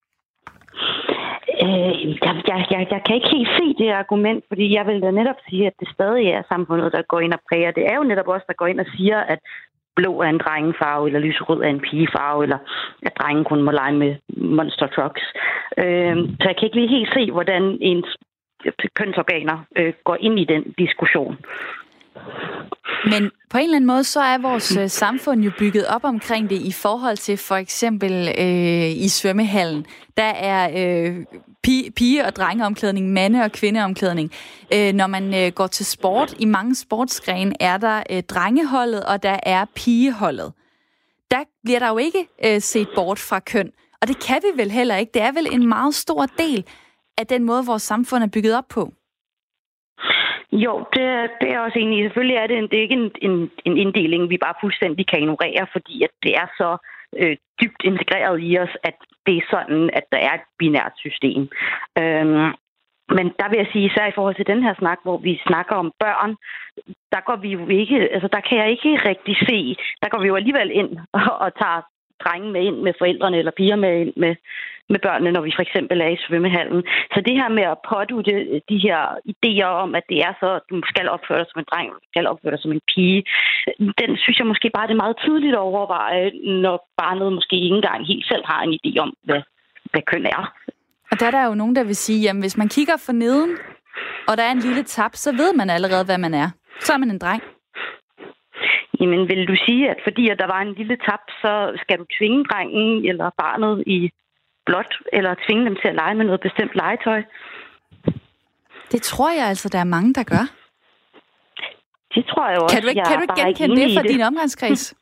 Jeg kan ikke helt se det argument, fordi jeg vil da netop sige, at det stadig er samfundet, der går ind og præger. Det er jo netop også, der går ind og siger, at blå er en drengefarve, eller lyserød er en pigefarve, eller at drengen kun må lege med monster trucks. Så jeg kan ikke lige helt se, hvordan ens kønsorganer går ind i den diskussion. Men på en eller anden måde, så er vores samfund jo bygget op omkring det i forhold til for eksempel i svømmehallen. Der er pige- og drengeomklædning, mande- og kvindeomklædning. Når man går til sport, i mange sportsgrene er der drengeholdet, og der er pigeholdet. Der bliver der jo ikke set bort fra køn. Og det kan vi vel heller ikke. Det er vel en meget stor del af den måde, vores samfund er bygget op på. Jo, det er jeg også enig i. Selvfølgelig er det ikke en inddeling, vi bare fuldstændig kan ignorere, fordi at det er så dybt integreret i os, at det er sådan, at der er et binært system. Men der vil jeg sige, især i forhold til den her snak, hvor vi snakker om børn, der går vi jo ikke, altså der kan jeg ikke rigtig se, der går vi jo alligevel ind og tager drenge med ind med forældrene, eller piger med ind med børnene, når vi for eksempel er i svømmehallen. Så det her med at pådutte de her idéer om, at det er så, at du skal opføre dig som en dreng, du skal opføre dig som en pige, den synes jeg måske bare, det er meget tydeligt at overveje, når barnet måske ikke engang helt selv har en idé om, hvad køn er. Og der er der jo nogen, der vil sige, jamen hvis man kigger for neden, og der er en lille tap, så ved man allerede, hvad man er. Så er man en dreng. Jamen, vil du sige, at fordi at der var en lille tap, så skal du tvinge drengen eller barnet i blåt, eller tvinge dem til at lege med noget bestemt legetøj? Det tror jeg altså, der er mange, der gør. Det tror jeg også. Kan du ikke genkende det fra din omgangskreds?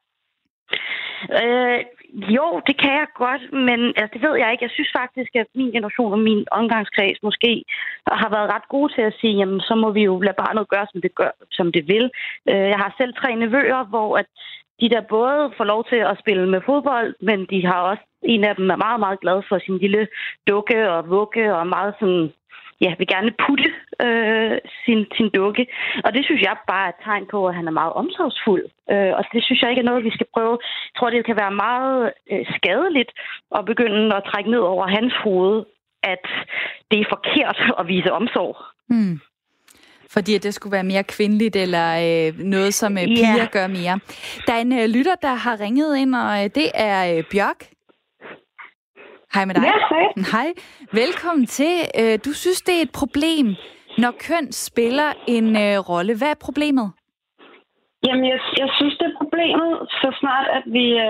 Jo, det kan jeg godt, men altså, det ved jeg ikke. Jeg synes faktisk, at min generation og min omgangskreds måske har været ret gode til at sige, jamen, så må vi jo lade barnet gøre, som det vil. Jeg har selv 3 nevøer, hvor at de der både får lov til at spille med fodbold, men de har også, en af dem er meget, meget glad for sin lille dukke og vugge, og meget sådan, ja, vil gerne putte sin dukke. Og det synes jeg bare er et tegn på, at han er meget omsorgsfuld. Og det synes jeg ikke er noget, vi skal prøve. Jeg tror, det kan være meget skadeligt at begynde at trække ned over hans hoved, at det er forkert at vise omsorg. Fordi at det skulle være mere kvindeligt, eller noget, som piger gør mere. Der er en lytter, der har ringet ind, og det er Bjørk. Hej med dig. Ja, hej. Hej. Velkommen til. Du synes, det er et problem, når køn spiller en rolle. Hvad er problemet? Jamen, jeg synes, det er problemet, så snart, at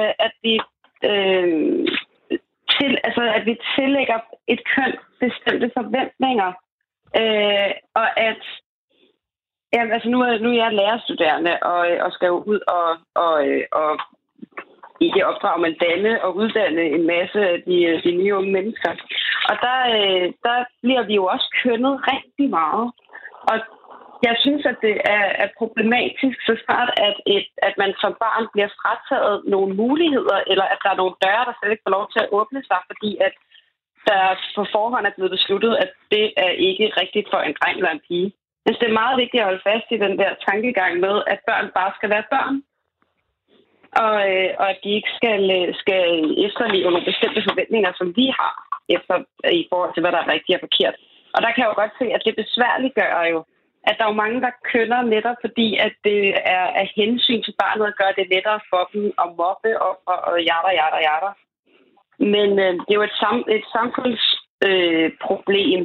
vi tillægger et køn bestemte forventninger. Og at jamen, altså nu er jeg lærerstuderende og skal jo ud og ikke opdrage, men danne og uddanne en masse af de nye unge mennesker. Og der bliver vi jo også kønnet rigtig meget. Og jeg synes, at det er problematisk, så snart, at man som barn bliver frataget nogle muligheder, eller at der er nogle døre, der slet ikke får lov til at åbne sig, fordi at der på forhånd er blevet besluttet, at det er ikke rigtigt for en dreng eller en pige. Men det er meget vigtigt at holde fast i den der tankegang med, at børn bare skal være børn. Og at de ikke skal efterleve nogle bestemte forventninger, som vi har i forhold til, hvad der er rigtigt og forkert. Og der kan jeg jo godt se, at det besværliggør jo, at der er jo mange, der kønner netop, fordi at det er af hensyn til barnet at gøre det lettere for dem at mobbe og jada. Men det er jo et samfundsproblem,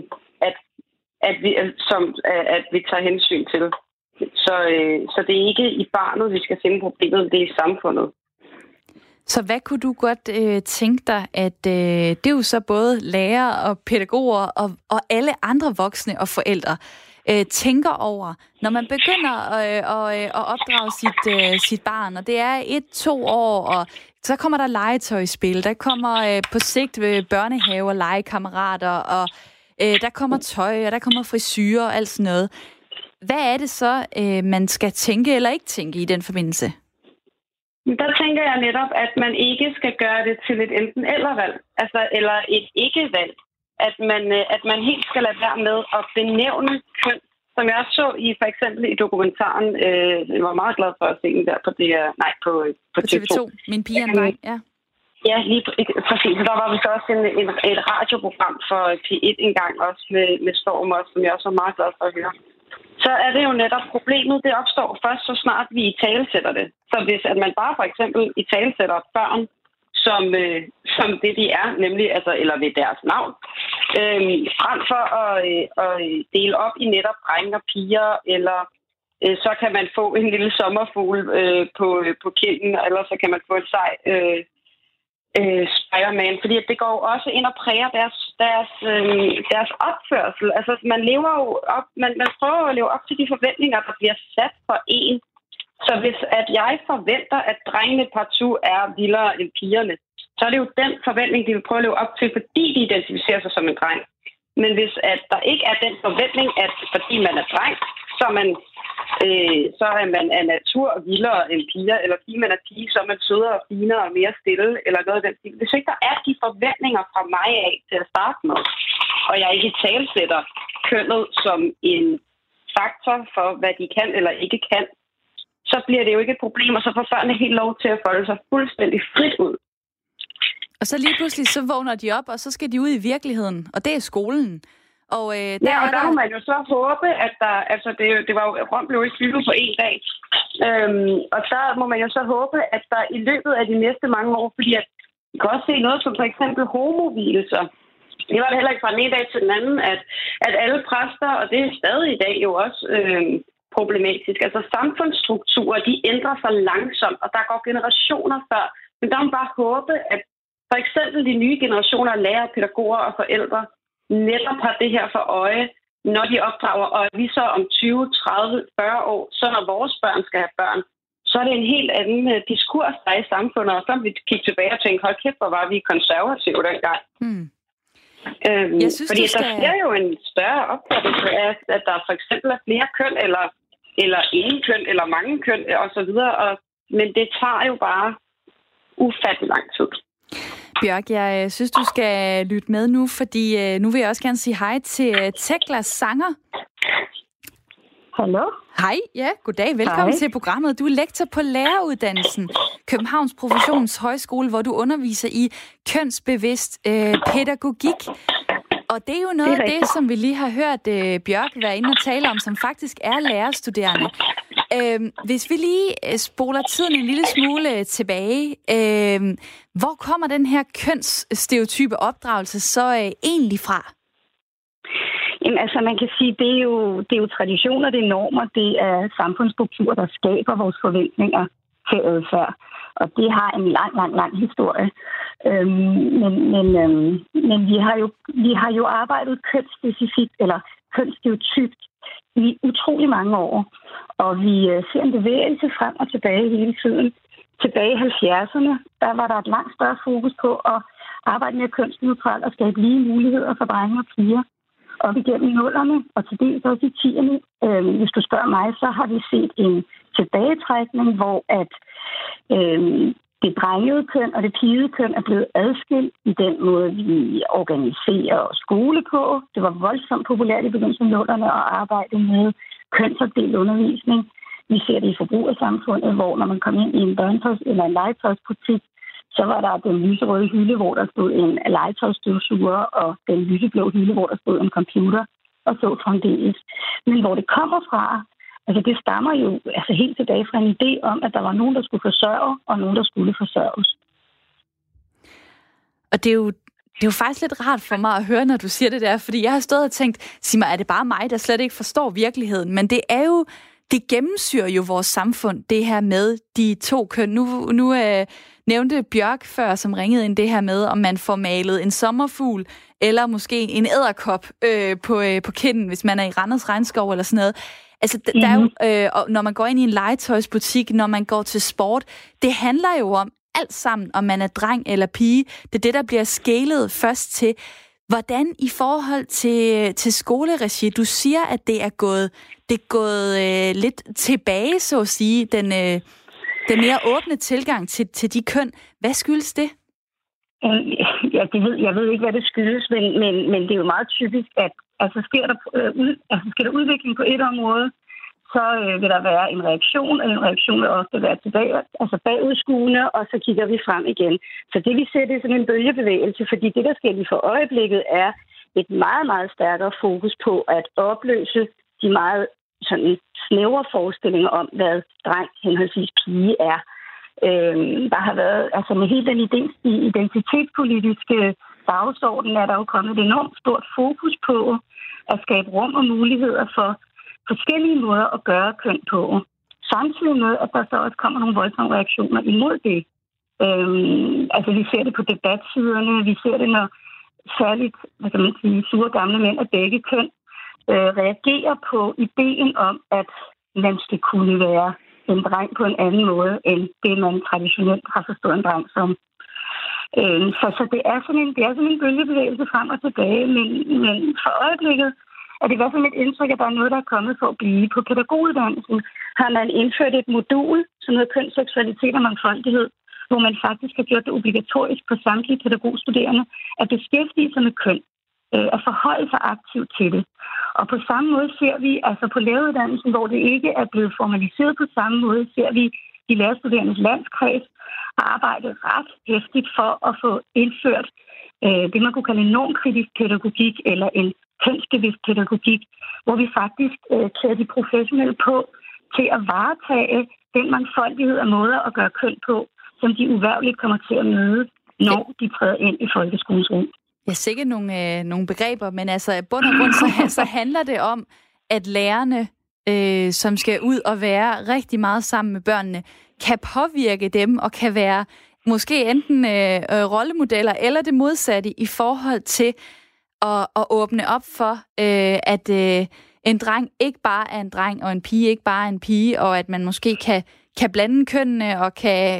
at vi tager hensyn til. Så det er ikke i barnet, vi skal finde problemet, det er i samfundet. Så hvad kunne du godt tænke dig, at det er jo så både lærere og pædagoger og alle andre voksne og forældre tænker over, når man begynder at opdrage sit barn, og det er 1-2 år, og så kommer der legetøjsspil, der kommer på sigt børnehaver, legekammerater, og der kommer tøj, og der kommer frisyrer og alt sådan noget. Hvad er det så, man skal tænke eller ikke tænke i den forbindelse? Der tænker jeg netop, at man ikke skal gøre det til et enten-eller-valg, altså, eller et ikke-valg. At man helt skal lade være med at benævne køn, som jeg også så i for eksempel i dokumentaren. Jeg var meget glad for at se den der på TV2. Min pige er en dreng, ja. Ja, lige præcis. Der var vist også et radioprogram for P1 engang, også med Storm, også, som jeg også var meget glad for at høre. Så er det jo netop problemet, det opstår først, så snart vi italesætter det. Så hvis at man bare for eksempel italesætter børn som det de er, nemlig eller ved deres navn, frem for at dele op i netop drenge og piger, eller så kan man få en lille sommerfugl på kinden, eller så kan man få en sej Spider-Man, fordi det går jo også ind og præger deres opførsel. Altså, man lever jo op, man prøver at leve op til de forventninger, der bliver sat for en. Så hvis at jeg forventer, at drengene partout er vildere end pigerne, så er det jo den forventning, de vil prøve at leve op til, fordi de identificerer sig som en dreng. Men hvis at der ikke er den forventning, at fordi man er dreng, så er man af natur vildere end piger, eller fordi man er pige, så er man sødere og finere og mere stille, eller noget af den stil. Hvis ikke der er de forventninger fra mig af til at starte med, og jeg ikke talsætter kønnet som en faktor for, hvad de kan eller ikke kan, så bliver det jo ikke et problem, og så får børnene helt lov til at folde sig fuldstændig frit ud. Og så lige pludselig, så vågner de op, og så skal de ud i virkeligheden, og det er skolen. Og der må man jo så håbe, at Rom blev ikke bygget på en dag. Og der må man jo så håbe, at der i løbet af de næste mange år, fordi at vi kan også se noget som for eksempel homovilelser. Det var det heller ikke fra den ene dag til den anden, at alle præster, og det er stadig i dag jo også problematisk, altså samfundsstrukturer, de ændrer sig langsomt, og der går generationer før. Men der må man bare håbe, at for eksempel de nye generationer af lærere, pædagoger og forældre netop har det her for øje, når de opdrager, og vi så om 20, 30, 40 år, så når vores børn skal have børn, så er det en helt anden diskurs, der er i samfundet, og så vil vi kigge tilbage og tænke, hold kæft, hvor var vi konservative dengang. Jeg synes, fordi der sker jo en større opfattelse af, at der for eksempel er flere køn, eller ingen køn, eller mange køn, og så videre, men det tager jo bare ufattelig lang tid. Bjørk, jeg synes, du skal lytte med nu, fordi nu vil jeg også gerne sige hej til Tekla Sanger. Hallo? Hej, ja, goddag. Velkommen til programmet. Du er lektor på læreruddannelsen Københavns Professionshøjskole, hvor du underviser i kønsbevidst pædagogik. Og det er jo noget af det, som vi lige har hørt Bjørk være inde og tale om, som faktisk er lærerstuderende. Hvis vi lige spoler tiden en lille smule tilbage, hvor kommer den her kønsstereotype opdragelse så egentlig fra? Jamen, altså man kan sige, det er jo traditioner, det er normer, det er samfundsstrukturer, der skaber vores forventninger til adfærd. Og det har en lang historie. Men vi har jo arbejdet kønsspecifikt eller kønsstereotypt i utrolig mange år. Og vi ser en bevægelse frem og tilbage hele tiden. Tilbage i 70'erne, der var der et langt større fokus på at arbejde med kønsneutralt og skabe lige muligheder for drenge og piger. Op igennem 0'erne og til dels også i 10'erne. Hvis du spørger mig, så har vi set en tilbagetrækning, hvor at det drengede køn og det pigede køn er blevet adskilt i den måde, vi organiserer skole på. Det var voldsomt populært i begyndelsen af 0'erne at arbejde med kønsopdelt undervisning. Vi ser det i forbrugersamfundet, hvor når man kom ind i en børnetøjs- eller en legetøjsbutik, så var der den lyserøde hylde, hvor der stod en legetøjsstøvsuger, og den lyseblå hylde, hvor der stod en computer, og så fremdeles. Men hvor det kommer fra, altså det stammer jo helt tilbage fra en idé om, at der var nogen, der skulle forsørge, og nogen, der skulle forsørges. Og det er jo faktisk lidt rart for mig at høre, når du siger det der, fordi jeg har stået og tænkt, sig mig, er det bare mig, der slet ikke forstår virkeligheden? Men det er jo, det gennemsyrer jo vores samfund, det her med de to køn. Nu nævnte Bjørk før, som ringede ind det her med, om man får malet en sommerfugl, eller måske en edderkop på kinden, hvis man er i Randers Regnskov eller sådan noget. Altså, der er jo, når man går ind i en legetøjsbutik, når man går til sport, det handler jo om alt sammen, om man er dreng eller pige. Det er det, der bliver scalet først til. Hvordan i forhold til skoleregi, du siger, at det er gået lidt tilbage, så at sige, den mere åbne tilgang til de køn. Hvad skyldes det? Ja, jeg ved ikke, hvad det skyldes, men det er jo meget typisk, at sker der udvikling på et område, så vil der være en reaktion, og en reaktion vil også være tilbage, altså bagudskuende, og så kigger vi frem igen. Så det vi ser, det er sådan en bølgebevægelse, fordi det, der sker lige for øjeblikket, er et meget, meget stærkere fokus på at opløse de meget sådan snævre forestillinger om, hvad dreng henholdsvis pige er. Der har været, altså med hele den identitetspolitiske dagsorden, er der jo kommet et enormt stort fokus på at skabe rum og muligheder for forskellige måder at gøre køn på. Samtidig med, at der så også kommer nogle voldsomme reaktioner imod det. Altså vi ser det på debatsiderne, vi ser det, når særligt, hvad kan man sige, sure gamle mænd af begge køn reagerer på ideen om, at man skal kunne være en dreng på en anden måde, end det, man traditionelt har forstået en dreng som. Så det er sådan en bølgebevægelse frem og tilbage, men for øjeblikket er det i hvert fald et indtryk, at der er noget, der er kommet for at blive. På pædagoguddannelsen har man indført et modul, som hedder køn, seksualitet og mangfoldighed, hvor man faktisk har gjort det obligatorisk for samtlige pædagogstuderende at beskæftige sig med køn, at forholde sig aktivt til det. Og på samme måde ser vi, altså på læreruddannelsen, hvor det ikke er blevet formaliseret på samme måde, ser vi de lærerstuderendes landskreds har arbejdet ret hæftigt for at få indført det, man kunne kalde en normkritisk pædagogik eller en kønsbevidst pædagogik, hvor vi faktisk klæder de professionelle på til at varetage den mangfoldighed af måder at gøre køn på, som de uværligt kommer til at møde, når de træder ind i folkeskolens rum. Jeg ser ikke nogle begreber, men altså bund og grund så handler det om, at lærerne, som skal ud og være rigtig meget sammen med børnene, kan påvirke dem og kan være måske enten rollemodeller eller det modsatte i forhold til at åbne op for, at en dreng ikke bare er en dreng, og en pige ikke bare er en pige, og at man måske kan blande kønnene og kan...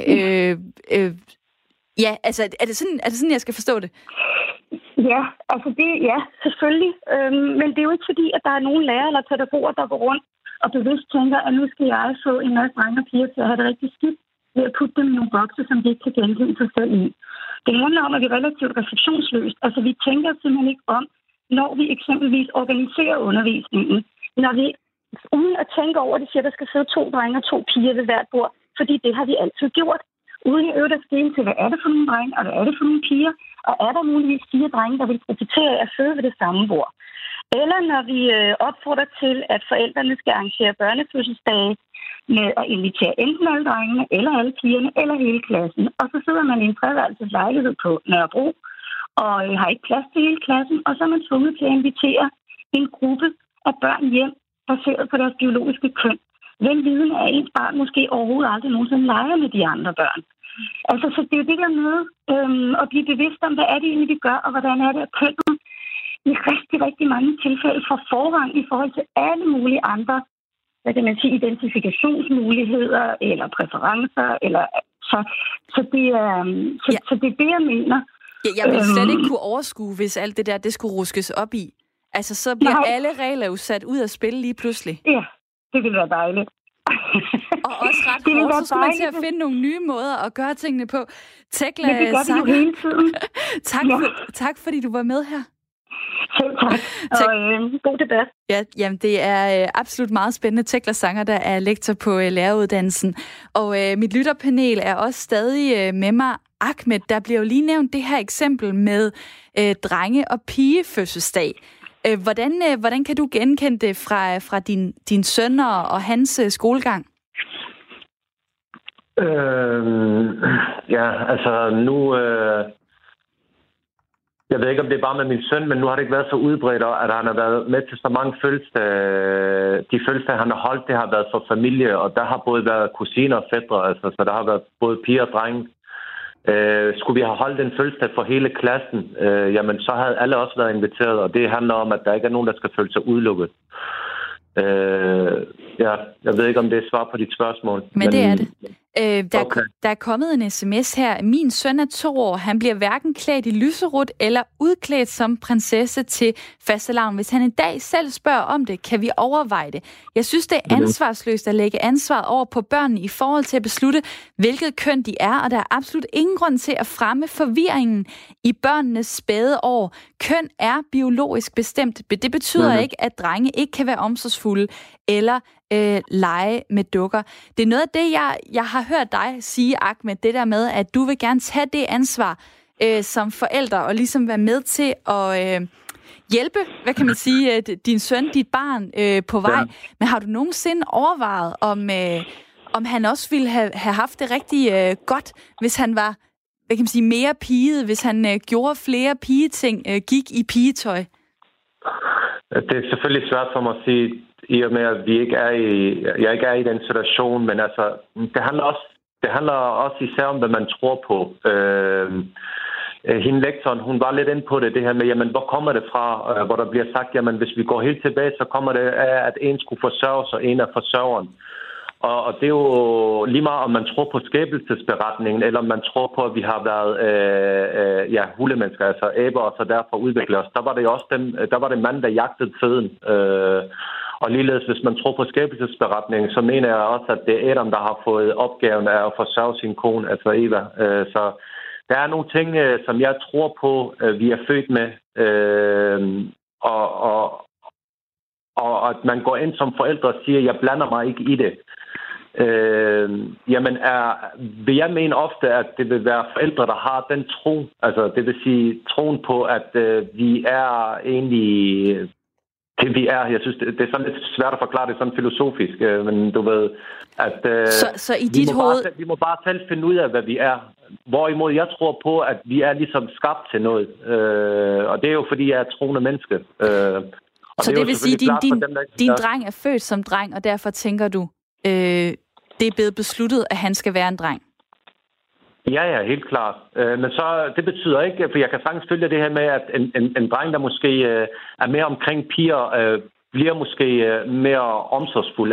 ja, altså er det sådan, jeg skal forstå det? Ja, altså selvfølgelig. Men det er jo ikke fordi, at der er nogen lærere eller pædagoger, der går rundt og bevidst tænker, at nu skal jeg få en masse drenge og piger til at have det rigtig skidt ved at putte dem i nogle bokse, som de ikke kan genkende sig selv i. Det handler om, at vi er relativt refleksionsløst. Altså vi tænker simpelthen ikke om, når vi eksempelvis organiserer undervisningen. Når vi uden at tænke over, at de siger, at der skal sidde 2 drenge og 2 piger ved hvert bord, fordi det har vi altid gjort. Uden at øve der skille til, hvad er det for nogle drenge, og hvad er det for nogle piger, og er der muligvis 4 drenge, der vil profitere af at føde ved det samme bord. Eller når vi opfordrer til, at forældrene skal arrangere børnefødselsdage med at invitere enten alle drengene, eller alle pigerne, eller hele klassen. Og så sidder man i en treværelses lejlighed på Nørrebro, og har ikke plads til hele klassen, og så er man tvunget til at invitere en gruppe af børn hjem, baseret på deres biologiske køn. Vel viden er ens barn måske overhovedet aldrig nogensinde leger med de andre børn. Altså, så det er jo det der med at blive bevidst om, hvad er det egentlig, vi gør, og hvordan er det, at kønnet i rigtig, rigtig mange tilfælde får forrang i forhold til alle mulige andre, hvad kan man sige, identifikationsmuligheder eller præferencer. Eller, så det er det, jeg mener. Ja, jeg vil slet ikke kunne overskue, hvis alt det der, det skulle ruskes op i. Altså, så bliver alle regler jo sat ud af spil lige pludselig. Ja, det ville være dejligt. Og også ret hårdt, så skulle man til at finde nogle nye måder at gøre tingene på. Tekla, ja, det gør vi jo hele tiden. tak, fordi du var med her. Selv tak, og god debat. Ja, jamen, det er absolut meget spændende. Tekla Sanger, der er lektor på læreruddannelsen. Og mit lytterpanel er også stadig med mig. Ahmed, der bliver jo lige nævnt det her eksempel med drenge- og pigefødselsdag. Hvordan kan du genkende det fra din søn og hans skolegang? Ja, altså nu... Jeg ved ikke, om det er bare med min søn, men nu har det ikke været så udbredt, at han har været med til så mange fødselsdage. De fødselsdage, han har holdt, det har været for familie, og der har både været kusiner og fætre, altså, så der har været både piger og drenge. Skulle vi have holdt en fødselsdag for hele klassen, jamen så havde alle også været inviteret, og det handler om, at der ikke er nogen, der skal føle sig udelukket. Jeg ved ikke, om det er svar på dit spørgsmål. Men det er det. Der er kommet en sms her. Min søn er 2 år. Han bliver hverken klædt i lyserødt eller udklædt som prinsesse til fastelavn. Hvis han en dag selv spørger om det, kan vi overveje det. Jeg synes, det er ansvarsløst at lægge ansvaret over på børnene i forhold til at beslutte, hvilket køn de er, og der er absolut ingen grund til at fremme forvirringen i børnenes spæde år. Køn er biologisk bestemt. Det betyder ikke, at drenge ikke kan være omsorgsfulde eller lege med dukker. Det er noget af det, jeg har hørt dig sige, Ahmed, det der med, at du vil gerne tage det ansvar som forældre og ligesom være med til at hjælpe, hvad kan man sige, din søn, dit barn på vej. Men har du nogensinde overvejet, om han også ville have haft det rigtig godt, hvis han var, hvad kan man sige, mere piget, hvis han gjorde flere pigeting, gik i pigetøj. Det er selvfølgelig svært for mig at sige, i og med, at jeg ikke er i den situation, men altså, det handler også især om, hvad man tror på. Hende lektoren, hun var lidt inde på det her med, jamen, hvor kommer det fra, hvor der bliver sagt, jamen, hvis vi går helt tilbage, så kommer det af, at en skulle forsørge sig, en af forsørgeren. Og det er jo lige meget, om man tror på skabelsesberetningen, eller om man tror på, at vi har været hulemennesker, altså aber, og så derfor udvikler os. Der var det jo også der var det mand, der jagtede føden. Og ligeledes, hvis man tror på skabelsesberetningen, så mener jeg også, at det er Adam, der har fået opgaven af at forsørge sin kone, altså Eva. Så der er nogle ting, som jeg tror på, vi er født med, og at man går ind som forældre og siger, jeg blander mig ikke i det. Vil jeg mene ofte, at det vil være forældre, der har den tro, altså det vil sige troen på, at vi er egentlig det, vi er. Jeg synes, det er sådan lidt svært at forklare det sådan filosofisk, men du ved, at så i dit hoved... vi må bare selv finde ud af, hvad vi er. Hvorimod jeg tror på, at vi er ligesom skabt til noget. Og det er jo, fordi jeg er troende menneske. Så det vil sige, at din dreng er født som dreng, og derfor tænker du, det er blevet besluttet, at han skal være en dreng? Ja, helt klart. Men så, det betyder ikke, for jeg kan sagtens følge det her med, at en dreng, der måske er mere omkring piger, bliver måske mere omsorgsfuld.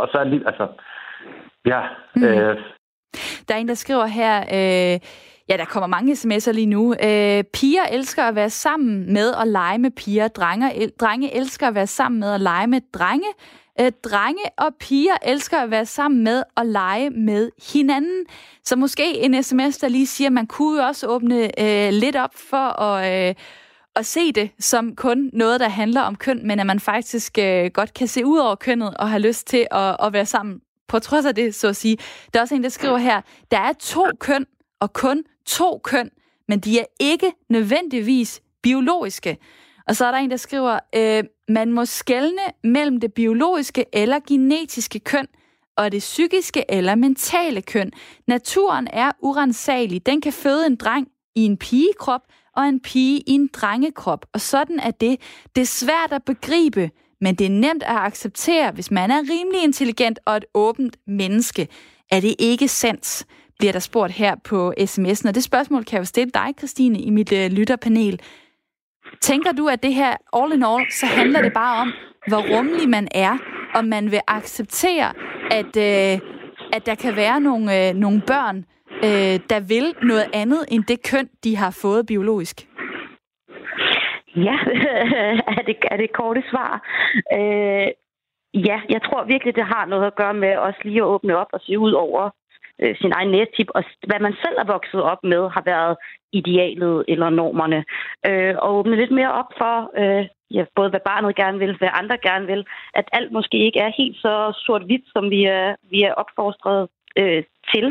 Der er en, der skriver her... der kommer mange sms'er lige nu. Piger elsker at være sammen med og lege med piger. Drenge elsker at være sammen med og lege med drenge. Drenge og piger elsker at være sammen med og lege med hinanden. Så måske en sms, der lige siger, at man kunne jo også åbne lidt op for at se det som kun noget, der handler om køn, men at man faktisk godt kan se ud over kønnet og have lyst til at være sammen på trods af det, så at sige. Der er også en, der skriver her, der er 2 køn og kun 2 køn, men de er ikke nødvendigvis biologiske. Og så er der en, der skriver, man må skelne mellem det biologiske eller genetiske køn og det psykiske eller mentale køn. Naturen er uransagelig. Den kan føde en dreng i en pigekrop og en pige i en drengekrop. Og sådan er det. Det er svært at begribe, men det er nemt at acceptere, hvis man er rimelig intelligent og et åbent menneske. Er det ikke sandt? Bliver der spurgt her på sms'en. Og det spørgsmål kan jeg jo stille dig, Christine, i mit lytterpanel. Tænker du, at det her all in all, så handler det bare om, hvor rummelig man er, og man vil acceptere, at der kan være nogle børn, der vil noget andet end det køn, de har fået biologisk? Ja, er det korte svar. Ja, jeg tror virkelig, det har noget at gøre med også lige at åbne op og se ud over sin egen næstip, og hvad man selv er vokset op med, har været idealet eller normerne. Og åbne lidt mere op for, både hvad barnet gerne vil, hvad andre gerne vil, at alt måske ikke er helt så sort-hvidt, som vi er opfostret til.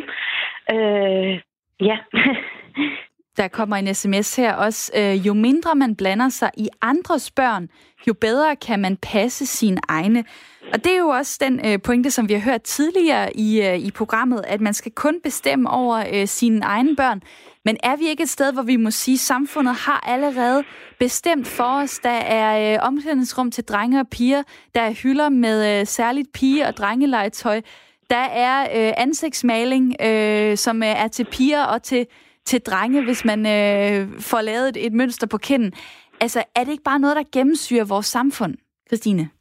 Ja. Der kommer en sms her også. Jo mindre man blander sig i andres børn, jo bedre kan man passe sine egne. Og det er jo også den pointe, som vi har hørt tidligere i programmet, at man skal kun bestemme over sine egne børn. Men er vi ikke et sted, hvor vi må sige, at samfundet har allerede bestemt for os? Der er omklædningsrum til drenge og piger. Der er hylder med særligt pige- og drengelegetøj. Der er ansigtsmaling, som er til piger og til drenge, hvis man får lavet et mønster på kinden. Altså, er det ikke bare noget, der gennemsyrer vores samfund, Christine?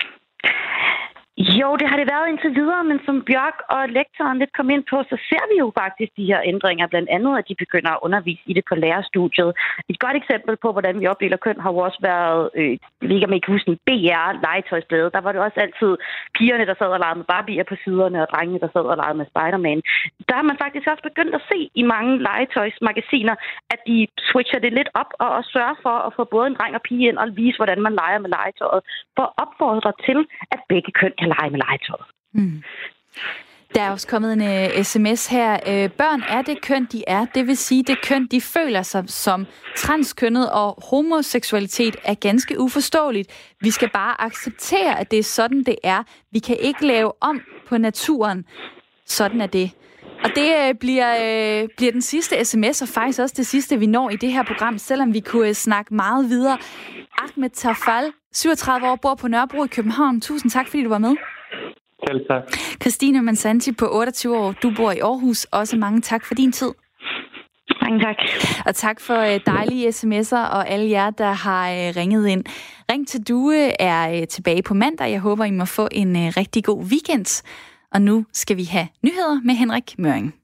Jo, det har det været indtil videre, men som Bjørk og lektoren lidt kom ind på, så ser vi jo faktisk de her ændringer, blandt andet, at de begynder at undervise i det på lærerstudiet. Et godt eksempel på, hvordan vi opdeler køn, har jo også været, ikke om I kan huske, en BR-legetøjsblade. Der var det også altid pigerne, der sad og legede med Barbier på siderne, og drengene, der sad og legede med Spider-Man. Der har man faktisk også begyndt at se i mange legetøjsmagasiner, at de switcher det lidt op og også sørger for at få både en dreng og pige ind og vise, hvordan man leger med legetøjet, for at opfordre til, at begge køn kan lege med legetøjet. Der er også kommet en sms her. Børn er det køn, de er. Det vil sige, det køn, de føler sig som transkønnet, og homoseksualitet er ganske uforståeligt. Vi skal bare acceptere, at det er sådan, det er. Vi kan ikke lave om på naturen. Sådan er det. Og det bliver den sidste sms, og faktisk også det sidste, vi når i det her program, selvom vi kunne snakke meget videre. Ahmed Tafal, 37 år, bor på Nørrebro i København. Tusind tak, fordi du var med. Selv tak. Christine Mansanti på 28 år, du bor i Aarhus. Også mange tak for din tid. Mange tak. Og tak for dejlige sms'er og alle jer, der har ringet ind. Ring til Due er tilbage på mandag. Jeg håber, I må få en rigtig god weekend. Og nu skal vi have nyheder med Henrik Møring.